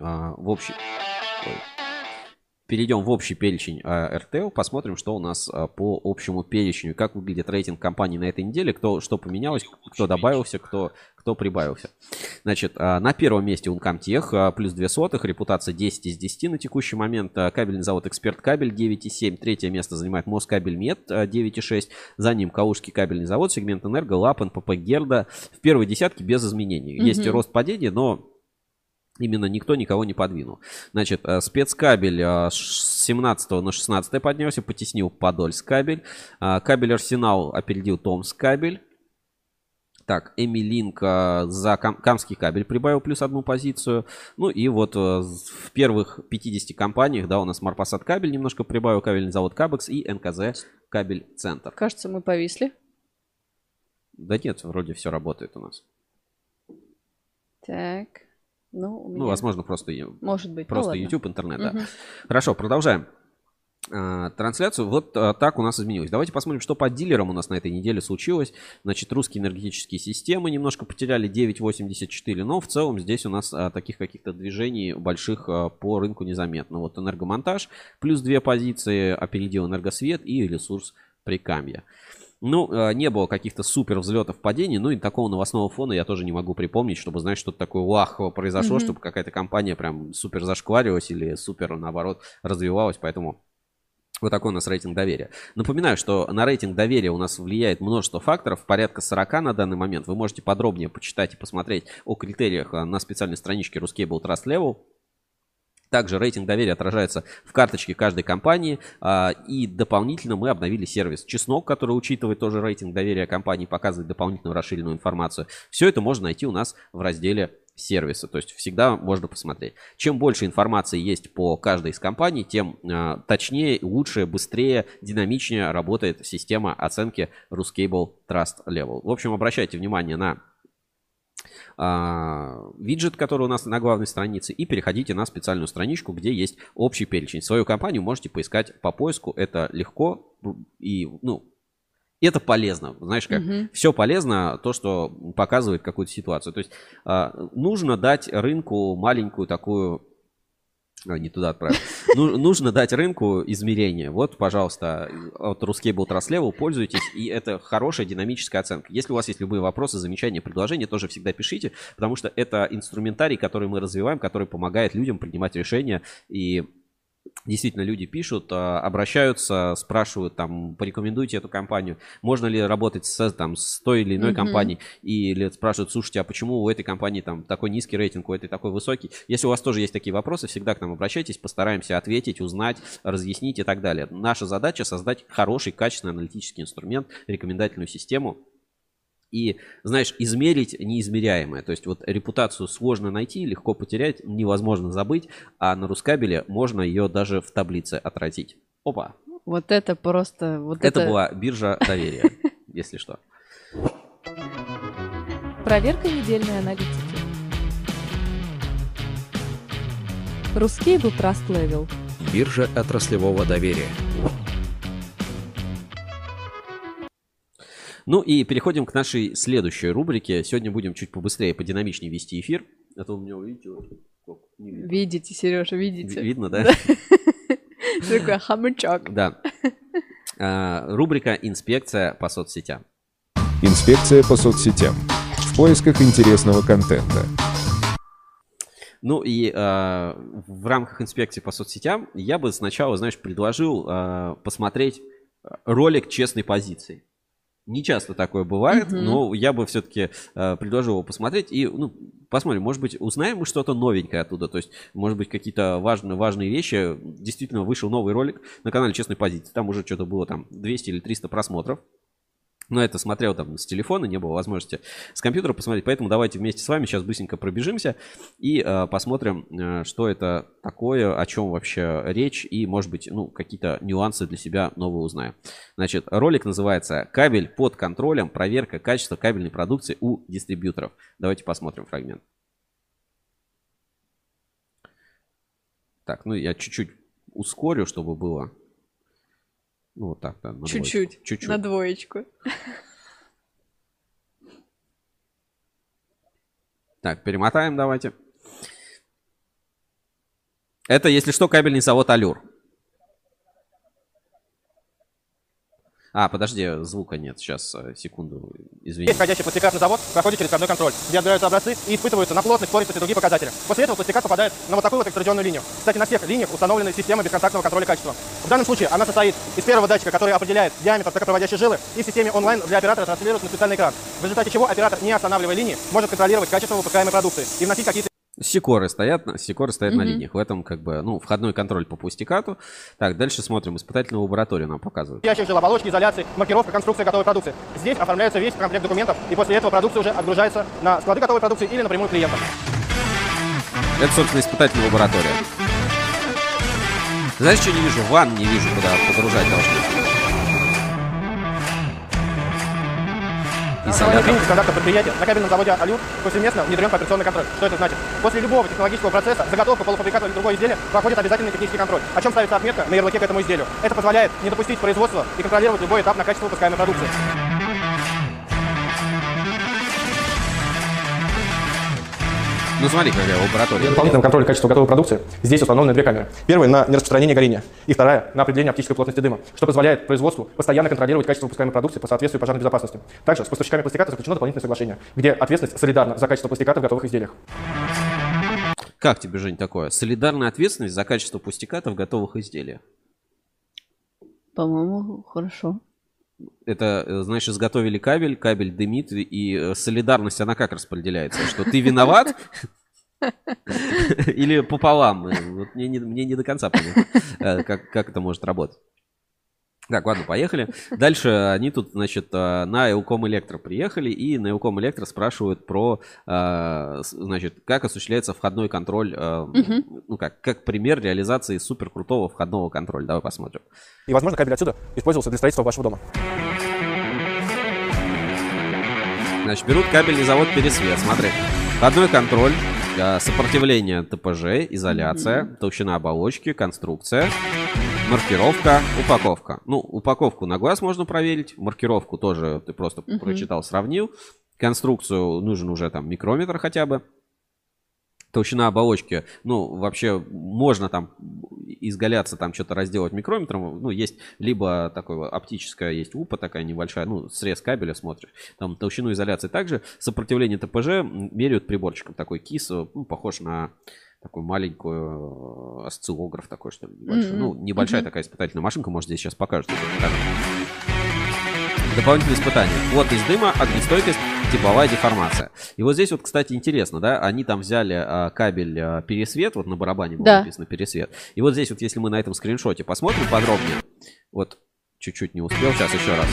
Speaker 1: перечень РТО, посмотрим, что у нас по общему перечню, как выглядит рейтинг компаний на этой неделе, что поменялось, кто добавился, кто прибавился. Значит, на первом месте Ункомтех, плюс 0,02, репутация 10 из 10 на текущий момент, кабельный завод Эксперт Кабель 9,7, третье место занимает Москабельмет 9,6, за ним Калужский кабельный завод, сегмент Энерго, ЛАП, НПП Герда, в первой десятке без изменений. Есть и рост падения, но именно никто никого не подвинул. Значит, спецкабель с 17 на 16 поднялся, потеснил Подольскабель. Кабель Арсенал опередил Томскабель. Так, Эмилинк за Камский кабель прибавил плюс одну позицию. Ну и вот в первых 50 компаниях, да, у нас Марпасад Кабель немножко прибавил, кабельный завод Кабекс и НКЗ Кабель Центр.
Speaker 2: Кажется, мы повисли.
Speaker 1: Да нет, вроде все работает у нас.
Speaker 2: Так. Ну,
Speaker 1: возможно, просто
Speaker 2: может быть.
Speaker 1: Просто YouTube, интернет, да. Хорошо, продолжаем трансляцию. Вот так у нас изменилось. Давайте посмотрим, что по дилерам у нас на этой неделе случилось. Значит, русские энергетические системы немножко потеряли 9,84, но в целом здесь у нас таких каких-то движений больших по рынку незаметно. Вот Энергомонтаж плюс 2 позиции, опередил Энергосвет и Ресурс Прикамья. Ну, не было каких-то супер взлетов, падений, ну и такого новостного фона я тоже не могу припомнить, чтобы, знаешь, что-то такое вахово произошло, чтобы какая-то компания прям супер зашкваривалась или супер, наоборот, развивалась, поэтому вот такой у нас рейтинг доверия. Напоминаю, что на рейтинг доверия у нас влияет множество факторов, порядка 40 на данный момент. Вы можете подробнее почитать и посмотреть о критериях на специальной страничке Ruscable Trust Level. Также рейтинг доверия отражается в карточке каждой компании. И дополнительно мы обновили сервис Чеснок, который учитывает тоже рейтинг доверия компании, показывает дополнительную расширенную информацию. Все это можно найти у нас в разделе сервиса. То есть всегда можно посмотреть. Чем больше информации есть по каждой из компаний, тем точнее, лучше, быстрее, динамичнее работает система оценки Ruscable Trust Level. В общем, обращайте внимание на виджет, который у нас на главной странице, и переходите на специальную страничку, где есть общий перечень. Свою компанию можете поискать по поиску. Это легко и, это полезно. Знаешь как? Все полезно, то, что показывает какую-то ситуацию. То есть нужно дать рынку маленькую такую... не туда отправил. Нужно дать рынку измерение. Вот, пожалуйста, от Ruscable Trust Level пользуйтесь, и это хорошая динамическая оценка. Если у вас есть любые вопросы, замечания, предложения, тоже всегда пишите, потому что это инструментарий, который мы развиваем, который помогает людям принимать решения. И действительно, люди пишут, обращаются, спрашивают, порекомендуйте эту компанию, можно ли работать с той или иной компанией, или спрашивают, слушайте, а почему у этой компании такой низкий рейтинг, у этой такой высокий. Если у вас тоже есть такие вопросы, всегда к нам обращайтесь, постараемся ответить, узнать, разъяснить и так далее. Наша задача создать хороший, качественный аналитический инструмент, рекомендательную систему. И, знаешь, измерить неизмеряемое. То есть вот репутацию сложно найти, легко потерять, невозможно забыть, а на Рускабеле можно ее даже в таблице отразить. Опа!
Speaker 2: Вот это просто...
Speaker 1: Это была биржа доверия, если что.
Speaker 3: Проверка недельной аналитики. Ruscable Trust Level.
Speaker 4: Биржа отраслевого доверия.
Speaker 1: И переходим к нашей следующей рубрике. Сегодня будем чуть побыстрее, подинамичнее вести эфир. А то у меня, видите,
Speaker 2: видите, Сережа, видите.
Speaker 1: Видно, да?
Speaker 2: Такой хомячок.
Speaker 1: Да. Рубрика «Инспекция по соцсетям».
Speaker 5: Инспекция по соцсетям. В поисках интересного контента.
Speaker 1: В рамках инспекции по соцсетям я бы сначала, предложил посмотреть ролик честной позиции. Не часто такое бывает, но я бы все-таки предложил его посмотреть и посмотрим, может быть, узнаем мы что-то новенькое оттуда. То есть, может быть, какие-то важные вещи. Действительно, вышел новый ролик на канале «Честной позиции». Там уже что-то было 200 или 300 просмотров. Но это смотрел с телефона, не было возможности с компьютера посмотреть. Поэтому давайте вместе с вами сейчас быстренько пробежимся и посмотрим, что это такое, о чем вообще речь. И, может быть, какие-то нюансы для себя новые узнаем. Значит, ролик называется «Кабель под контролем. Проверка качества кабельной продукции у дистрибьюторов». Давайте посмотрим фрагмент. Так, я чуть-чуть ускорю, чтобы было... вот так, да,
Speaker 2: чуть-чуть, на двоечку.
Speaker 1: Так, перемотаем давайте. Это, если что, кабельный завод «Алюр». Подожди, звука нет. Сейчас, секунду, извините.
Speaker 6: Входящий пластикатный завод проходит через входной контроль, где отбираются образцы и испытываются на плотность, пористость и другие показатели. После этого пластикат попадает на вот такую вот экструдионную линию. Кстати, на всех линиях установлена система бесконтактного контроля качества. В данном случае она состоит из первого датчика, который определяет диаметр токопроводящей жилы, и в системе онлайн для оператора транслируется на специальный экран. В результате чего оператор, не останавливая линии, может контролировать качество выпускаемой продукции и вносить какие-то...
Speaker 1: Секоры стоят на линиях. В этом входной контроль по пластикату. Так, дальше смотрим. Испытательную лабораторию нам показывают.
Speaker 6: Оболочки, изоляции, маркировка, конструкция готовой продукции. Здесь оформляется весь комплект документов, и после этого продукция уже отгружается на склады готовой продукции или напрямую клиентам.
Speaker 1: Это, собственно, испытательная лаборатория. Знаешь, что не вижу? Ванн не вижу, куда погружать должны.
Speaker 6: Клиники стандартов предприятия на кабельном заводе «Алюр» повсеместно внедрен операционный контроль. Что это значит? После любого технологического процесса заготовка полуфабриката или другое изделие проходит обязательный технический контроль. О чем ставится отметка на ярлыке к этому изделию. Это позволяет не допустить производства и контролировать любой этап на качество выпускаемой продукции.
Speaker 1: Смотри, какая лаборатория.
Speaker 6: Для дополнительного контроля качества готовой продукции здесь установлены две камеры. Первая на нераспространение горения, и вторая на определение оптической плотности дыма, что позволяет производству постоянно контролировать качество выпускаемой продукции по соответствию пожарной безопасности. Также с поставщиками пластиката заключено дополнительное соглашение, где ответственность солидарна за качество пластиката в готовых изделиях.
Speaker 1: Как тебе, Жень, такое? Солидарная ответственность за качество пластиката в готовых изделиях?
Speaker 2: По-моему, хорошо.
Speaker 1: Это, знаешь, изготовили кабель дымит, и солидарность, она как распределяется? Что ты виноват? Или пополам? Вот мне не до конца понятно, как это может работать. Так, ладно, поехали. Дальше они тут, значит, на Элком Электро приехали, и на Элком Электро спрашивают про, значит, как осуществляется входной контроль, как пример реализации суперкрутого входного контроля. Давай посмотрим.
Speaker 6: И, возможно, кабель отсюда использовался для строительства вашего дома.
Speaker 1: Значит, берут кабельный завод Пересвет. Смотри. Входной контроль, сопротивление ТПЖ, изоляция, толщина оболочки, конструкция, маркировка, упаковка. Ну, упаковку на глаз можно проверить, маркировку тоже ты просто прочитал, сравнил. Конструкцию нужен уже там микрометр хотя бы. Толщина оболочки, ну, вообще можно там изгаляться, там что-то разделать микрометром. Ну, есть либо такое оптическое, есть лупа такая небольшая, ну, срез кабеля смотришь. Там толщину изоляции также. Сопротивление ТПЖ меряют приборчиком. Такой КИС, ну, похож на такую маленькую осциллограф такой, что ли, небольшой. Ну, небольшая такая испытательная машинка, может, здесь сейчас покажут. Дополнительные испытания. Вот из дыма, огнестойкость, тепловая деформация. И вот здесь вот, кстати, интересно, да, они там взяли кабель Пересвет, вот на барабане было написано Пересвет. И вот здесь вот, если мы на этом скриншоте посмотрим подробнее, вот чуть-чуть не успел, сейчас еще раз.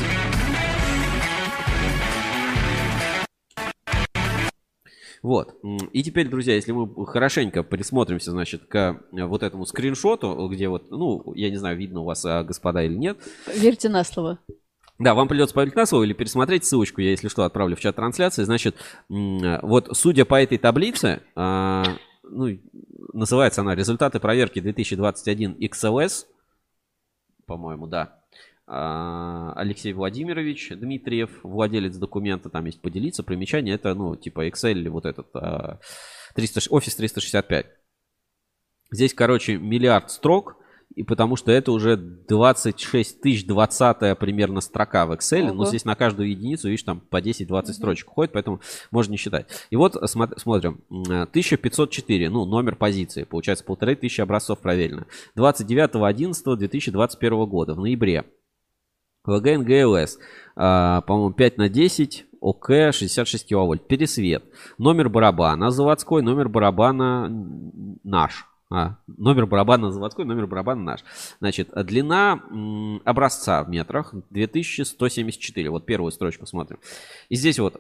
Speaker 1: Вот. И теперь, друзья, если мы хорошенько присмотримся, значит, к вот этому скриншоту, где вот, ну, я не знаю, видно у вас, господа, или нет.
Speaker 2: Верьте на слово.
Speaker 1: Да, вам придется поверить на слово или пересмотреть ссылочку, я, если что, отправлю в чат трансляции. Значит, вот судя по этой таблице, ну, называется она «Результаты проверки 2021 XLS», по-моему, да. Алексей Владимирович Дмитриев, владелец документа, там есть поделиться, примечание, это, ну, типа Excel, вот этот Office 365. Здесь, короче, миллиард строк. И потому что это уже 26 тысяч 20 примерно строка в Excel. Но здесь на каждую единицу, видишь, там по 10-20 строчек уходит, поэтому можно не считать. И вот смотрим. 1504, ну, номер позиции. Получается, 1500 образцов проверено. 29.11.2021 года, в ноябре. ВГН ГЛС, по-моему, 5/10, ОК 66 киловольт. Пересвет. Номер барабана заводской, номер барабана наш. Номер барабана заводской, номер барабана наш. Значит, длина образца в метрах 2174. Вот первую строчку смотрим. И здесь вот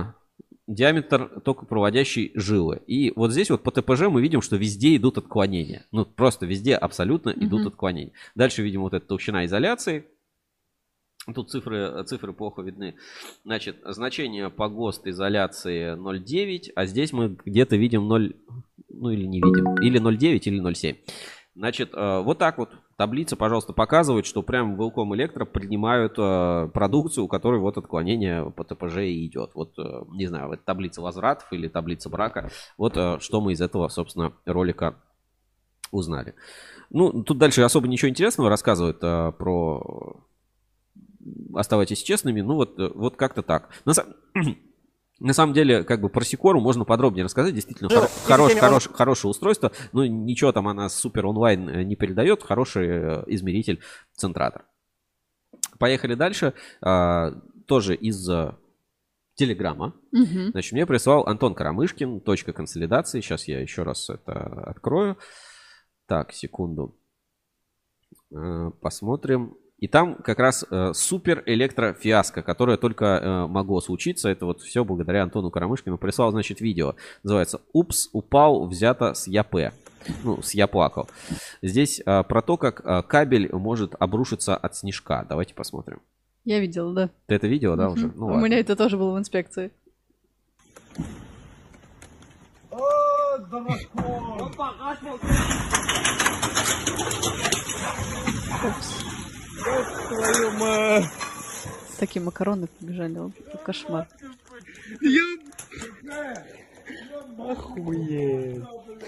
Speaker 1: диаметр токопроводящей жилы. И вот здесь вот по ТПЖ мы видим, что везде идут отклонения. Ну, просто везде абсолютно идут отклонения. Дальше видим вот эта толщина изоляции. Тут цифры плохо видны. Значит, значение по ГОСТ изоляции 0,9, а здесь мы где-то видим 0, ну или не видим, или 0,9, или 0,7. Значит, вот так вот таблица, пожалуйста, показывает, что прям в Велком Электро принимают продукцию, у которой вот отклонение по ТПЖ и идет. Вот, не знаю, это таблица возвратов или таблица брака. Вот что мы из этого, собственно, ролика узнали. Ну, тут дальше особо ничего интересного рассказывают про... Оставайтесь честными, ну вот как-то так. На самом деле, как бы про Сикору можно подробнее рассказать. Действительно, хорошее устройство. Но ничего там она супер онлайн не передает. Хороший измеритель центратор. Поехали дальше. Тоже из Телеграма. Значит, мне прислал Антон Карамышкин. Точка консолидации. Сейчас я еще раз это открою. Так, секунду. Посмотрим. И там как раз супер электрофиаско, которое только могло случиться. Это вот все благодаря Антону Карамышкину. Прислал, значит, видео. Называется «Упс, упал, взято с ЯП». Ну, с «Я плакал». Здесь про то, как кабель может обрушиться от снежка. Давайте посмотрим.
Speaker 2: Я видела, да.
Speaker 1: Ты это видела, да, уже? Ну,
Speaker 2: у меня это тоже было в инспекции. Такие макароны побежали, кошмар.
Speaker 7: Охуеть.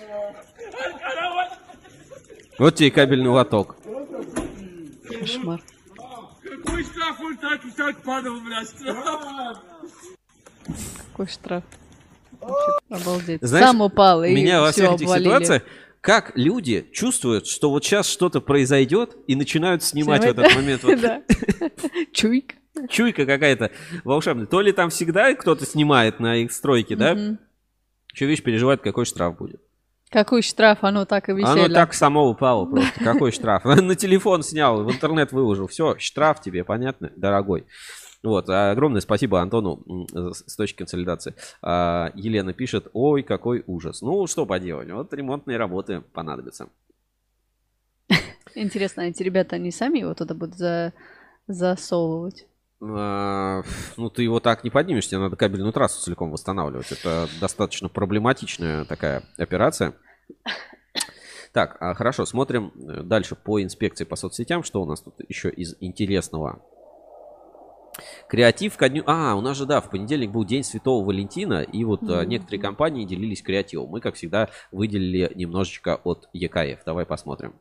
Speaker 1: Вот тебе кабельный лоток.
Speaker 2: Кошмар.
Speaker 7: Какой штраф он так падал, блядь, штраф?
Speaker 2: Какой штраф? Вообще, обалдеть.
Speaker 1: Знаешь,
Speaker 2: сам упал и
Speaker 1: меня во
Speaker 2: все
Speaker 1: всех этих ситуациях, как люди чувствуют, что вот сейчас что-то произойдет и начинают снимать в этот момент.
Speaker 2: Чуйка.
Speaker 1: Чуйка какая-то волшебная. То ли там всегда кто-то снимает на их стройке, да? Что, видишь, переживает, какой штраф будет.
Speaker 2: Какой штраф? Оно так и висело.
Speaker 1: Оно так само упало просто. Какой штраф? На телефон снял, в интернет выложил. Все, штраф тебе, понятно, дорогой. Вот, огромное спасибо Антону с точки консолидации. Елена пишет: ой, какой ужас. Ну, что поделать, вот ремонтные работы понадобятся.
Speaker 2: Интересно, эти ребята, они сами его туда будут засовывать?
Speaker 1: Ну, ты его так не поднимешь, тебе надо кабельную трассу целиком восстанавливать. Это достаточно проблематичная такая операция. Так, хорошо, смотрим дальше по инспекции по соцсетям. Что у нас тут еще из интересного? Креатив ко дню... у нас же, да, в понедельник был День Святого Валентина, и вот некоторые компании делились креативом. Мы, как всегда, выделили немножечко от ЕКФ. Давай посмотрим.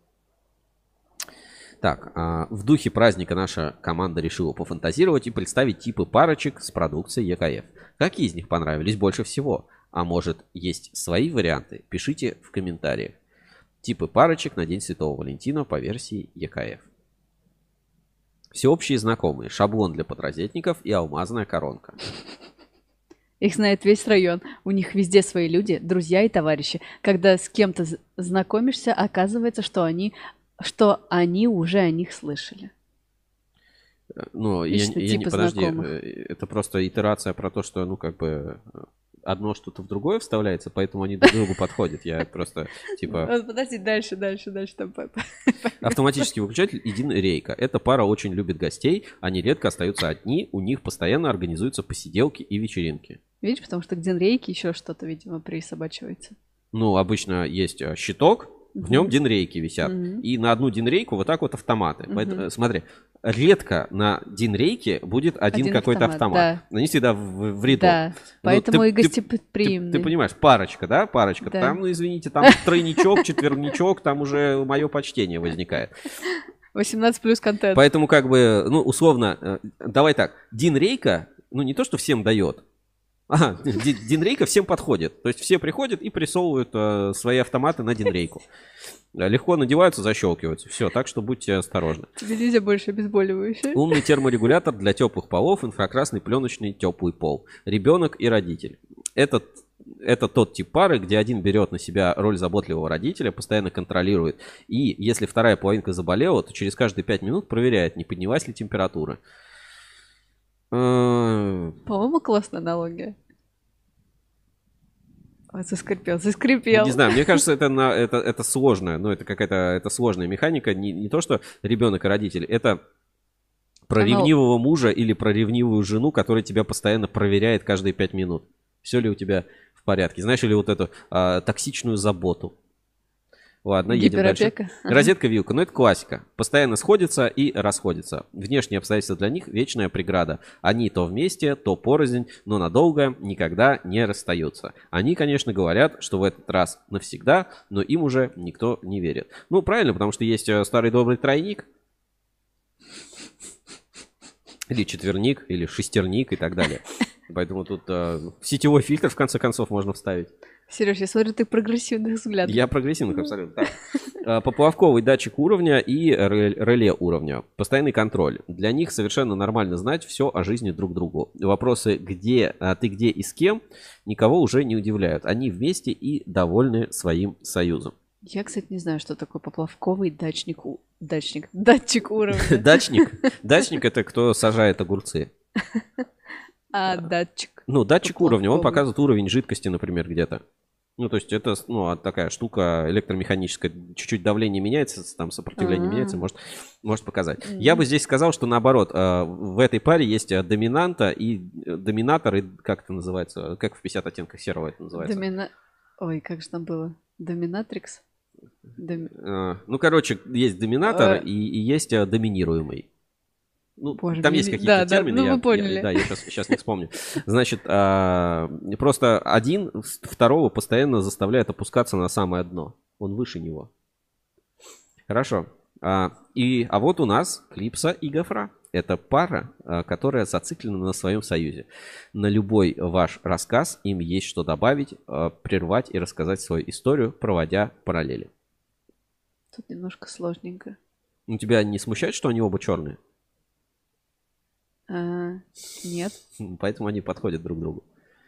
Speaker 1: Так, в духе праздника наша команда решила пофантазировать и представить типы парочек с продукцией ЕКФ. Какие из них понравились больше всего? А может, есть свои варианты? Пишите в комментариях. Типы парочек на День Святого Валентина по версии ЕКФ. Всеобщие знакомые. Шаблон для подрозетников и алмазная коронка.
Speaker 2: Их знает весь район. У них везде свои люди, друзья и товарищи. Когда с кем-то знакомишься, оказывается, что они уже о них слышали.
Speaker 1: Ну, подожди, это просто итерация про то, что, одно что-то в другое вставляется, поэтому они друг другу подходят. Я просто,
Speaker 2: Подожди, дальше. Там...
Speaker 1: Автоматический выключатель и Дин Рейка. Эта пара очень любит гостей, они редко остаются одни, у них постоянно организуются посиделки и вечеринки.
Speaker 2: Видишь, потому что к Дин Рейке еще что-то, видимо, присобачивается.
Speaker 1: Ну, обычно есть щиток, в нем динрейки висят. И на одну динрейку вот так вот автоматы. Поэтому, смотри, редко на динрейке будет один какой-то автомат. Да. Они всегда в ряду.
Speaker 2: Да, поэтому и гостеприимный.
Speaker 1: Ты понимаешь, парочка, да? Парочка. Да. Там, извините, там тройничок, четверничок, там уже мое почтение возникает.
Speaker 2: 18 плюс контент.
Speaker 1: Поэтому условно, давай так, динрейка, не то, что всем дает. Динрейка всем подходит. То есть все приходят и присовывают свои автоматы на динрейку. Легко надеваются, защелкиваются. Все, так что будьте осторожны.
Speaker 2: Тебе нельзя больше обезболивающее.
Speaker 1: Умный терморегулятор для теплых полов, инфракрасный пленочный теплый пол. Ребенок и родитель. Это тот тип пары, где один берет на себя роль заботливого родителя, постоянно контролирует. И если вторая половинка заболела, то через каждые 5 минут проверяет, не поднялась ли температура.
Speaker 2: По-моему, классная аналогия. Заскрипел.
Speaker 1: Не знаю, мне кажется, это сложная, это сложная механика. Не то, что ребенок и родитель, это про ревнивого мужа или про ревнивую жену, которая тебя постоянно проверяет каждые 5 минут. Все ли у тебя в порядке? Знаешь, или вот эту токсичную заботу. Ладно, едем дальше. Розетка-вилка. Это классика. Постоянно сходятся и расходятся. Внешние обстоятельства для них вечная преграда. Они то вместе, то порознь, но надолго никогда не расстаются. Они, конечно, говорят, что в этот раз навсегда, но им уже никто не верит. Ну, правильно, потому что есть старый добрый тройник. Или четверник, или шестерник и так далее. Поэтому тут сетевой фильтр, в конце концов, можно вставить.
Speaker 2: Сереж, я смотрю, ты прогрессивных взглядов.
Speaker 1: Я прогрессивных, абсолютно. Так. Поплавковый датчик уровня и реле уровня. Постоянный контроль. Для них совершенно нормально знать все о жизни друг другу. Вопросы ты где и с кем никого уже не удивляют. Они вместе и довольны своим союзом.
Speaker 2: Я, кстати, не знаю, что такое поплавковый датчик уровня.
Speaker 1: Датчик это кто сажает огурцы.
Speaker 2: Датчик.
Speaker 1: Датчик уровня. Он показывает уровень жидкости, например, где-то. То есть это, такая штука электромеханическая. Чуть-чуть давление меняется, там сопротивление меняется, может показать. Я бы здесь сказал, что наоборот, в этой паре есть доминанта и доминатор, и как это называется? Как в 50 оттенках серого это называется?
Speaker 2: Ой, как же там было? Доминатрикс?
Speaker 1: Есть доминатор и есть доминируемый.
Speaker 2: Боже,
Speaker 1: там есть какие-то термины,
Speaker 2: вы поняли.
Speaker 1: Я сейчас не вспомню. Значит, просто один второго постоянно заставляет опускаться на самое дно. Он выше него. Хорошо. А вот у нас Клипса и Гофра. Это пара, которая зациклена на своем союзе. На любой ваш рассказ им есть что добавить, прервать и рассказать свою историю, проводя параллели.
Speaker 2: Тут немножко сложненько.
Speaker 1: Тебя не смущает, что они оба черные?
Speaker 2: Нет.
Speaker 1: Поэтому они подходят друг другу.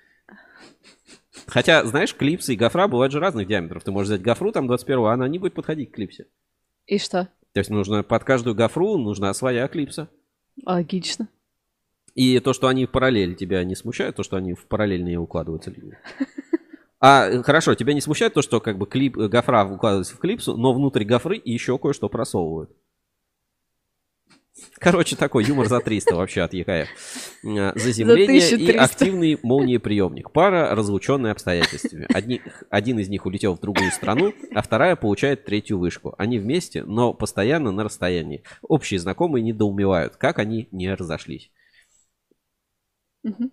Speaker 1: Хотя, знаешь, Клипсы и Гофра бывают же разных диаметров. Ты можешь взять Гофру там 21-го, а она не будет подходить к Клипсе.
Speaker 2: И что?
Speaker 1: То есть под каждую Гофру нужна своя Клипса.
Speaker 2: Логично.
Speaker 1: И то, что они в параллель, тебя не смущает? То, что они в параллельные укладываются линии? Хорошо, тебя не смущает то, что Гофра укладывается в Клипсу, но внутрь Гофры еще кое-что просовывают? Короче, такой юмор за 300 вообще от ЕКФ. Заземление и
Speaker 2: 1300.
Speaker 1: активный молниеприемник. Пара, разлученная обстоятельствами. Один из них улетел в другую страну, а вторая получает третью вышку. Они вместе, но постоянно на расстоянии. Общие знакомые недоумевают, как они не разошлись.
Speaker 2: Мгм.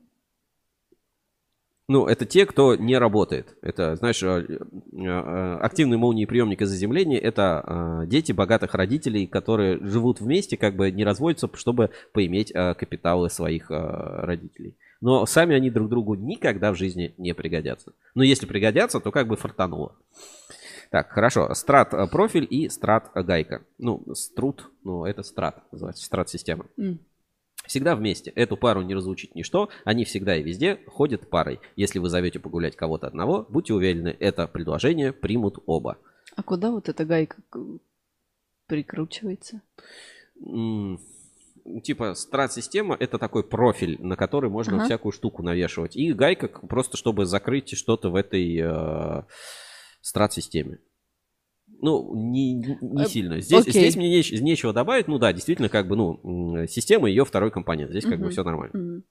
Speaker 1: Ну, это те, кто не работает. Это, знаешь, активный молниеприемник и заземление — это дети богатых родителей, которые живут вместе, как бы не разводятся, чтобы поиметь капиталы своих родителей. Но сами они друг другу никогда в жизни не пригодятся. Но если пригодятся, то как бы фартануло. Так, хорошо. Страт-профиль и страт-гайка. Ну, струт, ну, это страт, называется, страт-система. Всегда вместе. Эту пару не разлучить ничто. Они всегда и везде ходят парой. Если вы зовете погулять кого-то одного, будьте уверены, это предложение примут оба.
Speaker 2: А куда вот эта гайка прикручивается?
Speaker 1: Типа страт-система — это такой профиль, на который можно всякую штуку навешивать. И гайка просто, чтобы закрыть что-то в этой страт-системе. Ну, не сильно. Здесь мне нечего добавить. Ну да, действительно, как бы, ну, система ее второй компонент. Здесь как бы все нормально.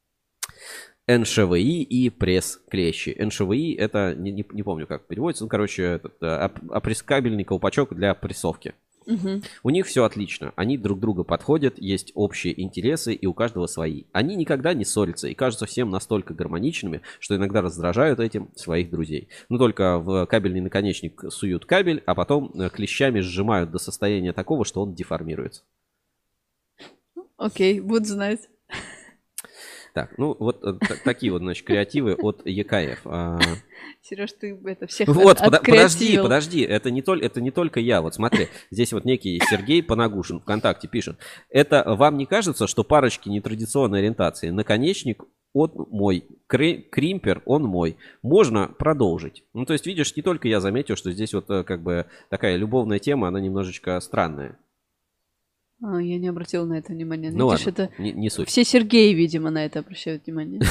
Speaker 1: НШВИ и пресс-клещи. НШВИ — это, не помню, как переводится. Ну, короче, опрескабельный колпачок для прессовки. У них все отлично. Они друг друга подходят, есть общие интересы, и у каждого свои. Они никогда не ссорятся и кажутся всем настолько гармоничными, что иногда раздражают этим своих друзей. Но только в кабельный наконечник суют кабель, а потом клещами сжимают до состояния такого, что он деформируется.
Speaker 2: Окей, буду знать.
Speaker 1: Так, ну вот такие вот, значит, креативы от ЕКФ.
Speaker 2: Сереж, ты это всех
Speaker 1: Вот,
Speaker 2: откреативил.
Speaker 1: подожди, это не только я. Вот смотри, здесь вот некий Сергей Понагушин ВКонтакте пишет. Это вам не кажется, что парочки нетрадиционной ориентации? Наконечник он мой, кримпер он мой. Можно продолжить. Ну, то есть, видишь, не только я заметил, что здесь вот как бы такая любовная тема, она немножечко странная.
Speaker 2: Я не обратила на это внимания.
Speaker 1: Ну
Speaker 2: видишь,
Speaker 1: ладно,
Speaker 2: это
Speaker 1: не суть.
Speaker 2: все Сергеи, видимо, на это обращают внимание.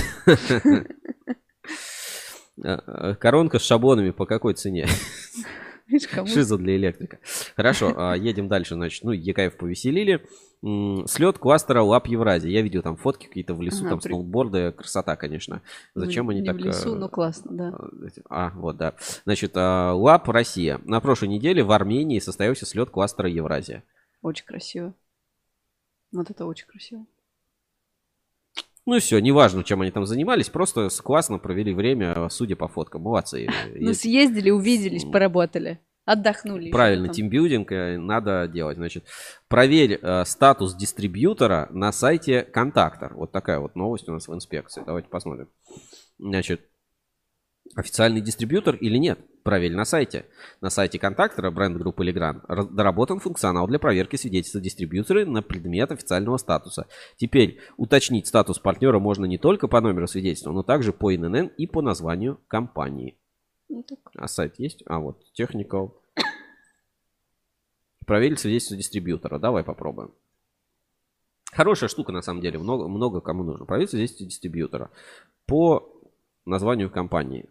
Speaker 1: Коронка с шаблонами по какой цене?
Speaker 2: Видишь, кому?
Speaker 1: Шиза для электрика. Хорошо, едем дальше. Значит, ну, ЕКФ повеселили. Слет кластера Лап Евразии. Я видел там фотки какие-то в лесу, там сноуборды. Красота, конечно. Зачем они
Speaker 2: не
Speaker 1: так...
Speaker 2: в лесу, но классно, да.
Speaker 1: Вот, да. Значит, Лап Россия. На прошлой неделе в Армении состоялся слет кластера Евразия.
Speaker 2: Очень красиво. Вот это очень красиво.
Speaker 1: Ну и все, неважно, чем они там занимались, просто классно провели время, судя по фоткам. Молодцы.
Speaker 2: Ну, съездили, увиделись, поработали. Отдохнули.
Speaker 1: Правильно, тимбилдинг надо делать. Значит, проверь статус дистрибьютора на сайте Контактор. Вот такая вот новость у нас в инспекции. Давайте посмотрим. Значит, официальный дистрибьютор или нет? Проверь на сайте. На сайте Контактора бренд-группы Legrand доработан функционал для проверки свидетельства дистрибьютора на предмет официального статуса. Теперь уточнить статус партнера можно не только по номеру свидетельства, но также по ИНН и по названию компании. А сайт есть? А вот, Technical. Проверить свидетельство дистрибьютора. Давай попробуем. Хорошая штука, на самом деле. Много кому нужно. Проверить свидетельство дистрибьютора по названию компании.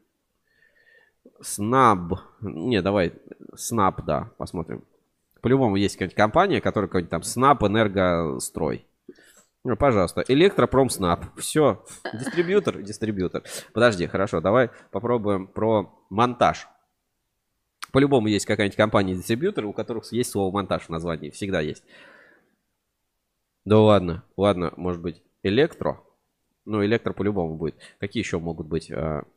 Speaker 1: Снаб. Не, давай. Снаб, да, посмотрим. По-любому есть какая-нибудь компания, которая какой-нибудь там Снаб Энергострой. Ну, пожалуйста. Электропромснаб. Все. Дистрибьютор. Подожди, хорошо. Давай попробуем про монтаж. По-любому есть какая-нибудь компания-дистрибьютор, у которых есть слово монтаж в названии. Всегда есть. Да ладно. Ладно, может быть, электро. Ну, электро по-любому будет. Какие еще могут быть?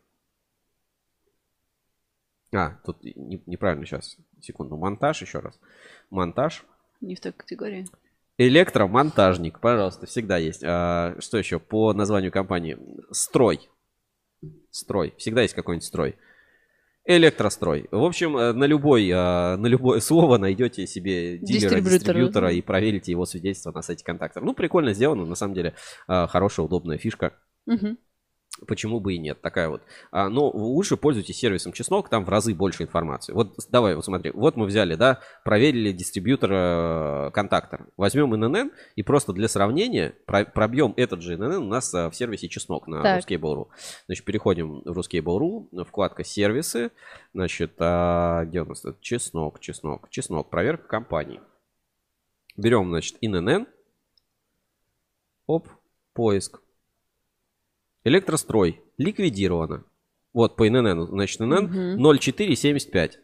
Speaker 1: Тут неправильно сейчас. Секунду. Монтаж еще раз. Монтаж.
Speaker 2: Не в той категории.
Speaker 1: Электромонтажник. Пожалуйста, всегда есть. Что еще? По названию компании. Строй. Всегда есть какой-нибудь строй. Электрострой. В общем, на любое слово найдете себе дилера-дистрибьютора и проверите его свидетельство на сайте Контактор. Ну, прикольно сделано. На самом деле, хорошая, удобная фишка. Почему бы и нет? Такая вот. Но лучше пользуйтесь сервисом Чеснок, там в разы больше информации. Вот давай, вот смотри. Вот мы взяли, да, проверили дистрибьютора Контактор. Возьмем ИНН и просто для сравнения пробьем этот же ИНН у нас в сервисе Чеснок на Ruskable.ru. Значит, переходим в Ruskable.ru, вкладка сервисы. Значит, где у нас тут? Чеснок. Проверка компаний. Берем, значит, ИНН. Оп, поиск. Электрострой. Ликвидировано. Вот по ИНН, значит, ИНН 0475.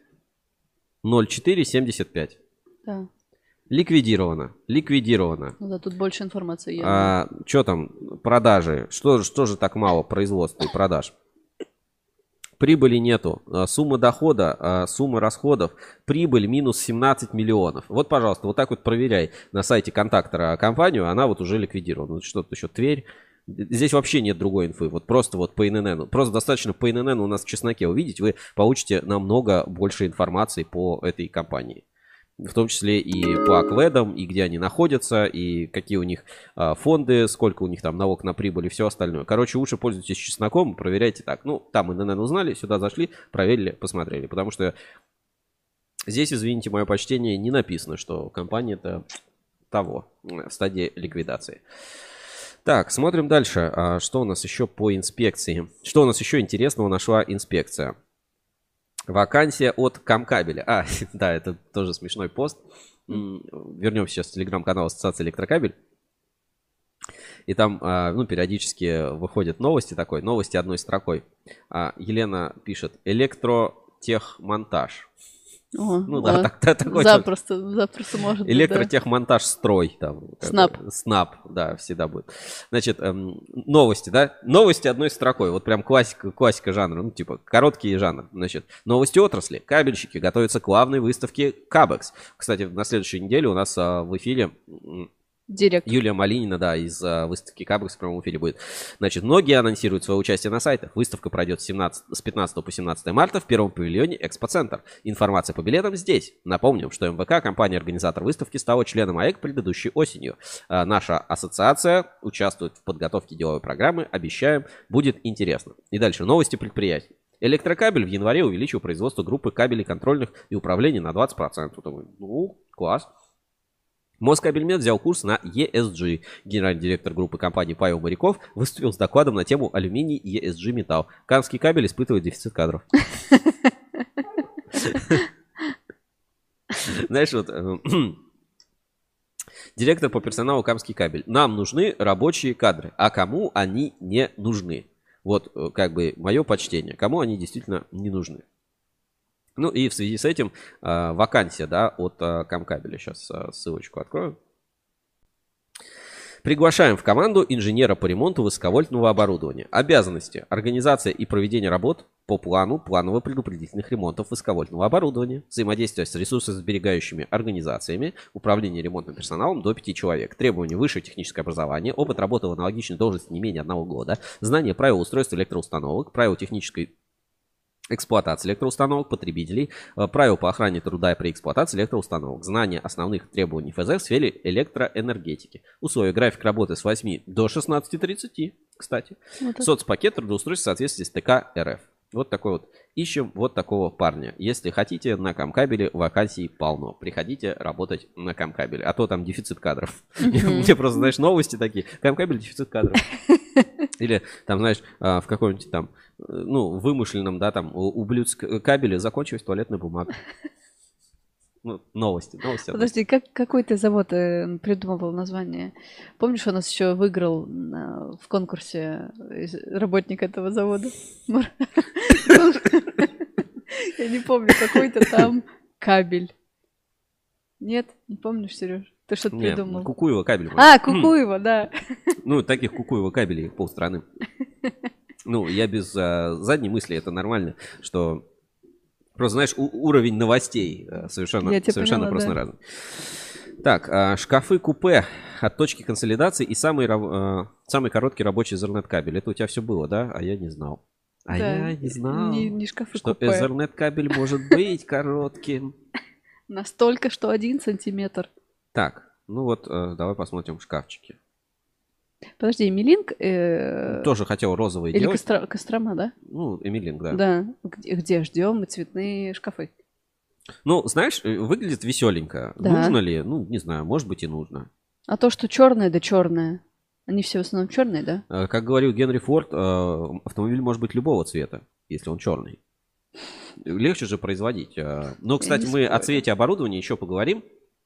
Speaker 1: 0475.
Speaker 2: Да.
Speaker 1: Ликвидировано. Ликвидировано.
Speaker 2: Ну да, тут больше информации. Я
Speaker 1: Что там? Продажи. Что же так мало производства и продаж? Прибыли нету. Сумма дохода, сумма расходов. Прибыль минус 17 миллионов. Вот, пожалуйста, вот так вот проверяй на сайте контактора компанию. Она вот уже ликвидирована. Вот что-то еще Тверь. Здесь вообще нет другой инфы. Вот просто вот по ИНН. Просто достаточно по ИНН у нас в чесноке увидеть. Вы получите намного больше информации по этой компании. В том числе и по акведам, и где они находятся, и какие у них фонды, сколько у них там налог на прибыль и все остальное. Короче, лучше пользуйтесь чесноком, проверяйте так. Ну, там ИНН узнали, сюда зашли, проверили, посмотрели. Потому что здесь, извините мое почтение, не написано, что компания-то того, в стадии ликвидации. Так, смотрим дальше. Что у нас еще по инспекции? Что у нас еще интересного нашла инспекция? Вакансия от Камкабеля. Да, это тоже смешной пост. Вернемся сейчас в телеграм-канал Ассоциации Электрокабель. И там, периодически выходят новости такой. Новости одной строкой. Елена пишет: электротехмонтаж.
Speaker 2: Такой запросто может быть.
Speaker 1: Электротехмонтаж строй. СНАП, да, всегда будет. Значит, новости, да? Новости одной строкой. Вот прям классика жанра. Ну, типа, короткий жанр. Значит, новости отрасли. Кабельщики готовятся к главной выставке Кабекс. Кстати, на следующей неделе у нас в эфире Юлия Малинина, да, из выставки Кабекс в прямом эфире будет. Значит, многие анонсируют свое участие на сайтах. Выставка пройдет с 15 по 17 марта в первом павильоне Экспоцентр. Информация по билетам здесь. Напомним, что МВК, компания-организатор выставки, стала членом АЭК предыдущей осенью. Наша ассоциация участвует в подготовке деловой программы. Обещаем, будет интересно. И дальше новости предприятий. Электрокабель в январе увеличил производство группы кабелей контрольных и управления на 20%. Ну, класс. Москабельмет взял курс на ESG. Генеральный директор группы компании Павел Моряков выступил с докладом на тему алюминий и ESG металл. Камский кабель испытывает дефицит кадров. Знаешь, вот директор по персоналу Камский кабель. Нам нужны рабочие кадры, а кому они не нужны? Вот как бы мое почтение. Кому они действительно не нужны? Ну и в связи с этим вакансия, да, от Камкабеля. Сейчас ссылочку открою. Приглашаем в команду инженера по ремонту высоковольтного оборудования. Обязанности: организация и проведение работ по плану планово-предупредительных ремонтов высоковольтного оборудования, взаимодействие с ресурсосберегающими организациями, управление ремонтным персоналом до 5 человек. Требования: высшее техническое образование, опыт работы в аналогичной должности не менее 1 года, знание правил устройства электроустановок, правил технической эксплуатации электроустановок, потребителей, правил по охране труда при эксплуатации электроустановок, знание основных требований ФЗ в сфере электроэнергетики. Условия: график работы с 8 до 16:30, кстати. Соцпакет трудоустройства в соответствии с ТК РФ. Вот такой вот. Ищем вот такого парня. Если хотите, на Камкабеле вакансий полно. Приходите работать на Камкабеле. А то там дефицит кадров. Мне просто, знаешь, новости такие. Камкабель, дефицит кадров. Или там, знаешь, в каком-нибудь там, вымышленном, да, там, ублюдском кабеле закончилась туалетная бумага. Ну, новости.
Speaker 2: Подожди, какой ты завод придумывал название? Помнишь, он нас еще выиграл в конкурсе работник этого завода? Я не помню, какой-то там кабель. Нет? Не помнишь, Сереж? Ты что-то придумал?
Speaker 1: Кукуево кабель.
Speaker 2: Кукуево, да.
Speaker 1: Ну, таких Кукуево кабелей полстраны. Ну, я без задней мысли, это нормально, что... Просто, знаешь, уровень новостей совершенно просто разный. Так, шкафы-купе от точки консолидации и самый короткий рабочий Ethernet-кабель. Это у тебя все было, да? А я не знал. Я не знал,
Speaker 2: не
Speaker 1: что Ethernet-кабель может быть коротким.
Speaker 2: Настолько, что 1 сантиметр.
Speaker 1: Так, ну вот, давай посмотрим шкафчики.
Speaker 2: Подожди, Эмилинг...
Speaker 1: Тоже хотел розовые
Speaker 2: или
Speaker 1: делать.
Speaker 2: Или Кострома, да?
Speaker 1: Ну, Эмилинг, да.
Speaker 2: Да, где ждем мы цветные шкафы.
Speaker 1: Ну, знаешь, выглядит веселенько. Да. Нужно ли? Ну, не знаю, может быть и нужно.
Speaker 2: А то, что черное, да черное. Они все в основном черные, да?
Speaker 1: Как говорил Генри Форд, автомобиль может быть любого цвета, если он черный. Легче же производить. Но, кстати, мы о цвете оборудования еще поговорим.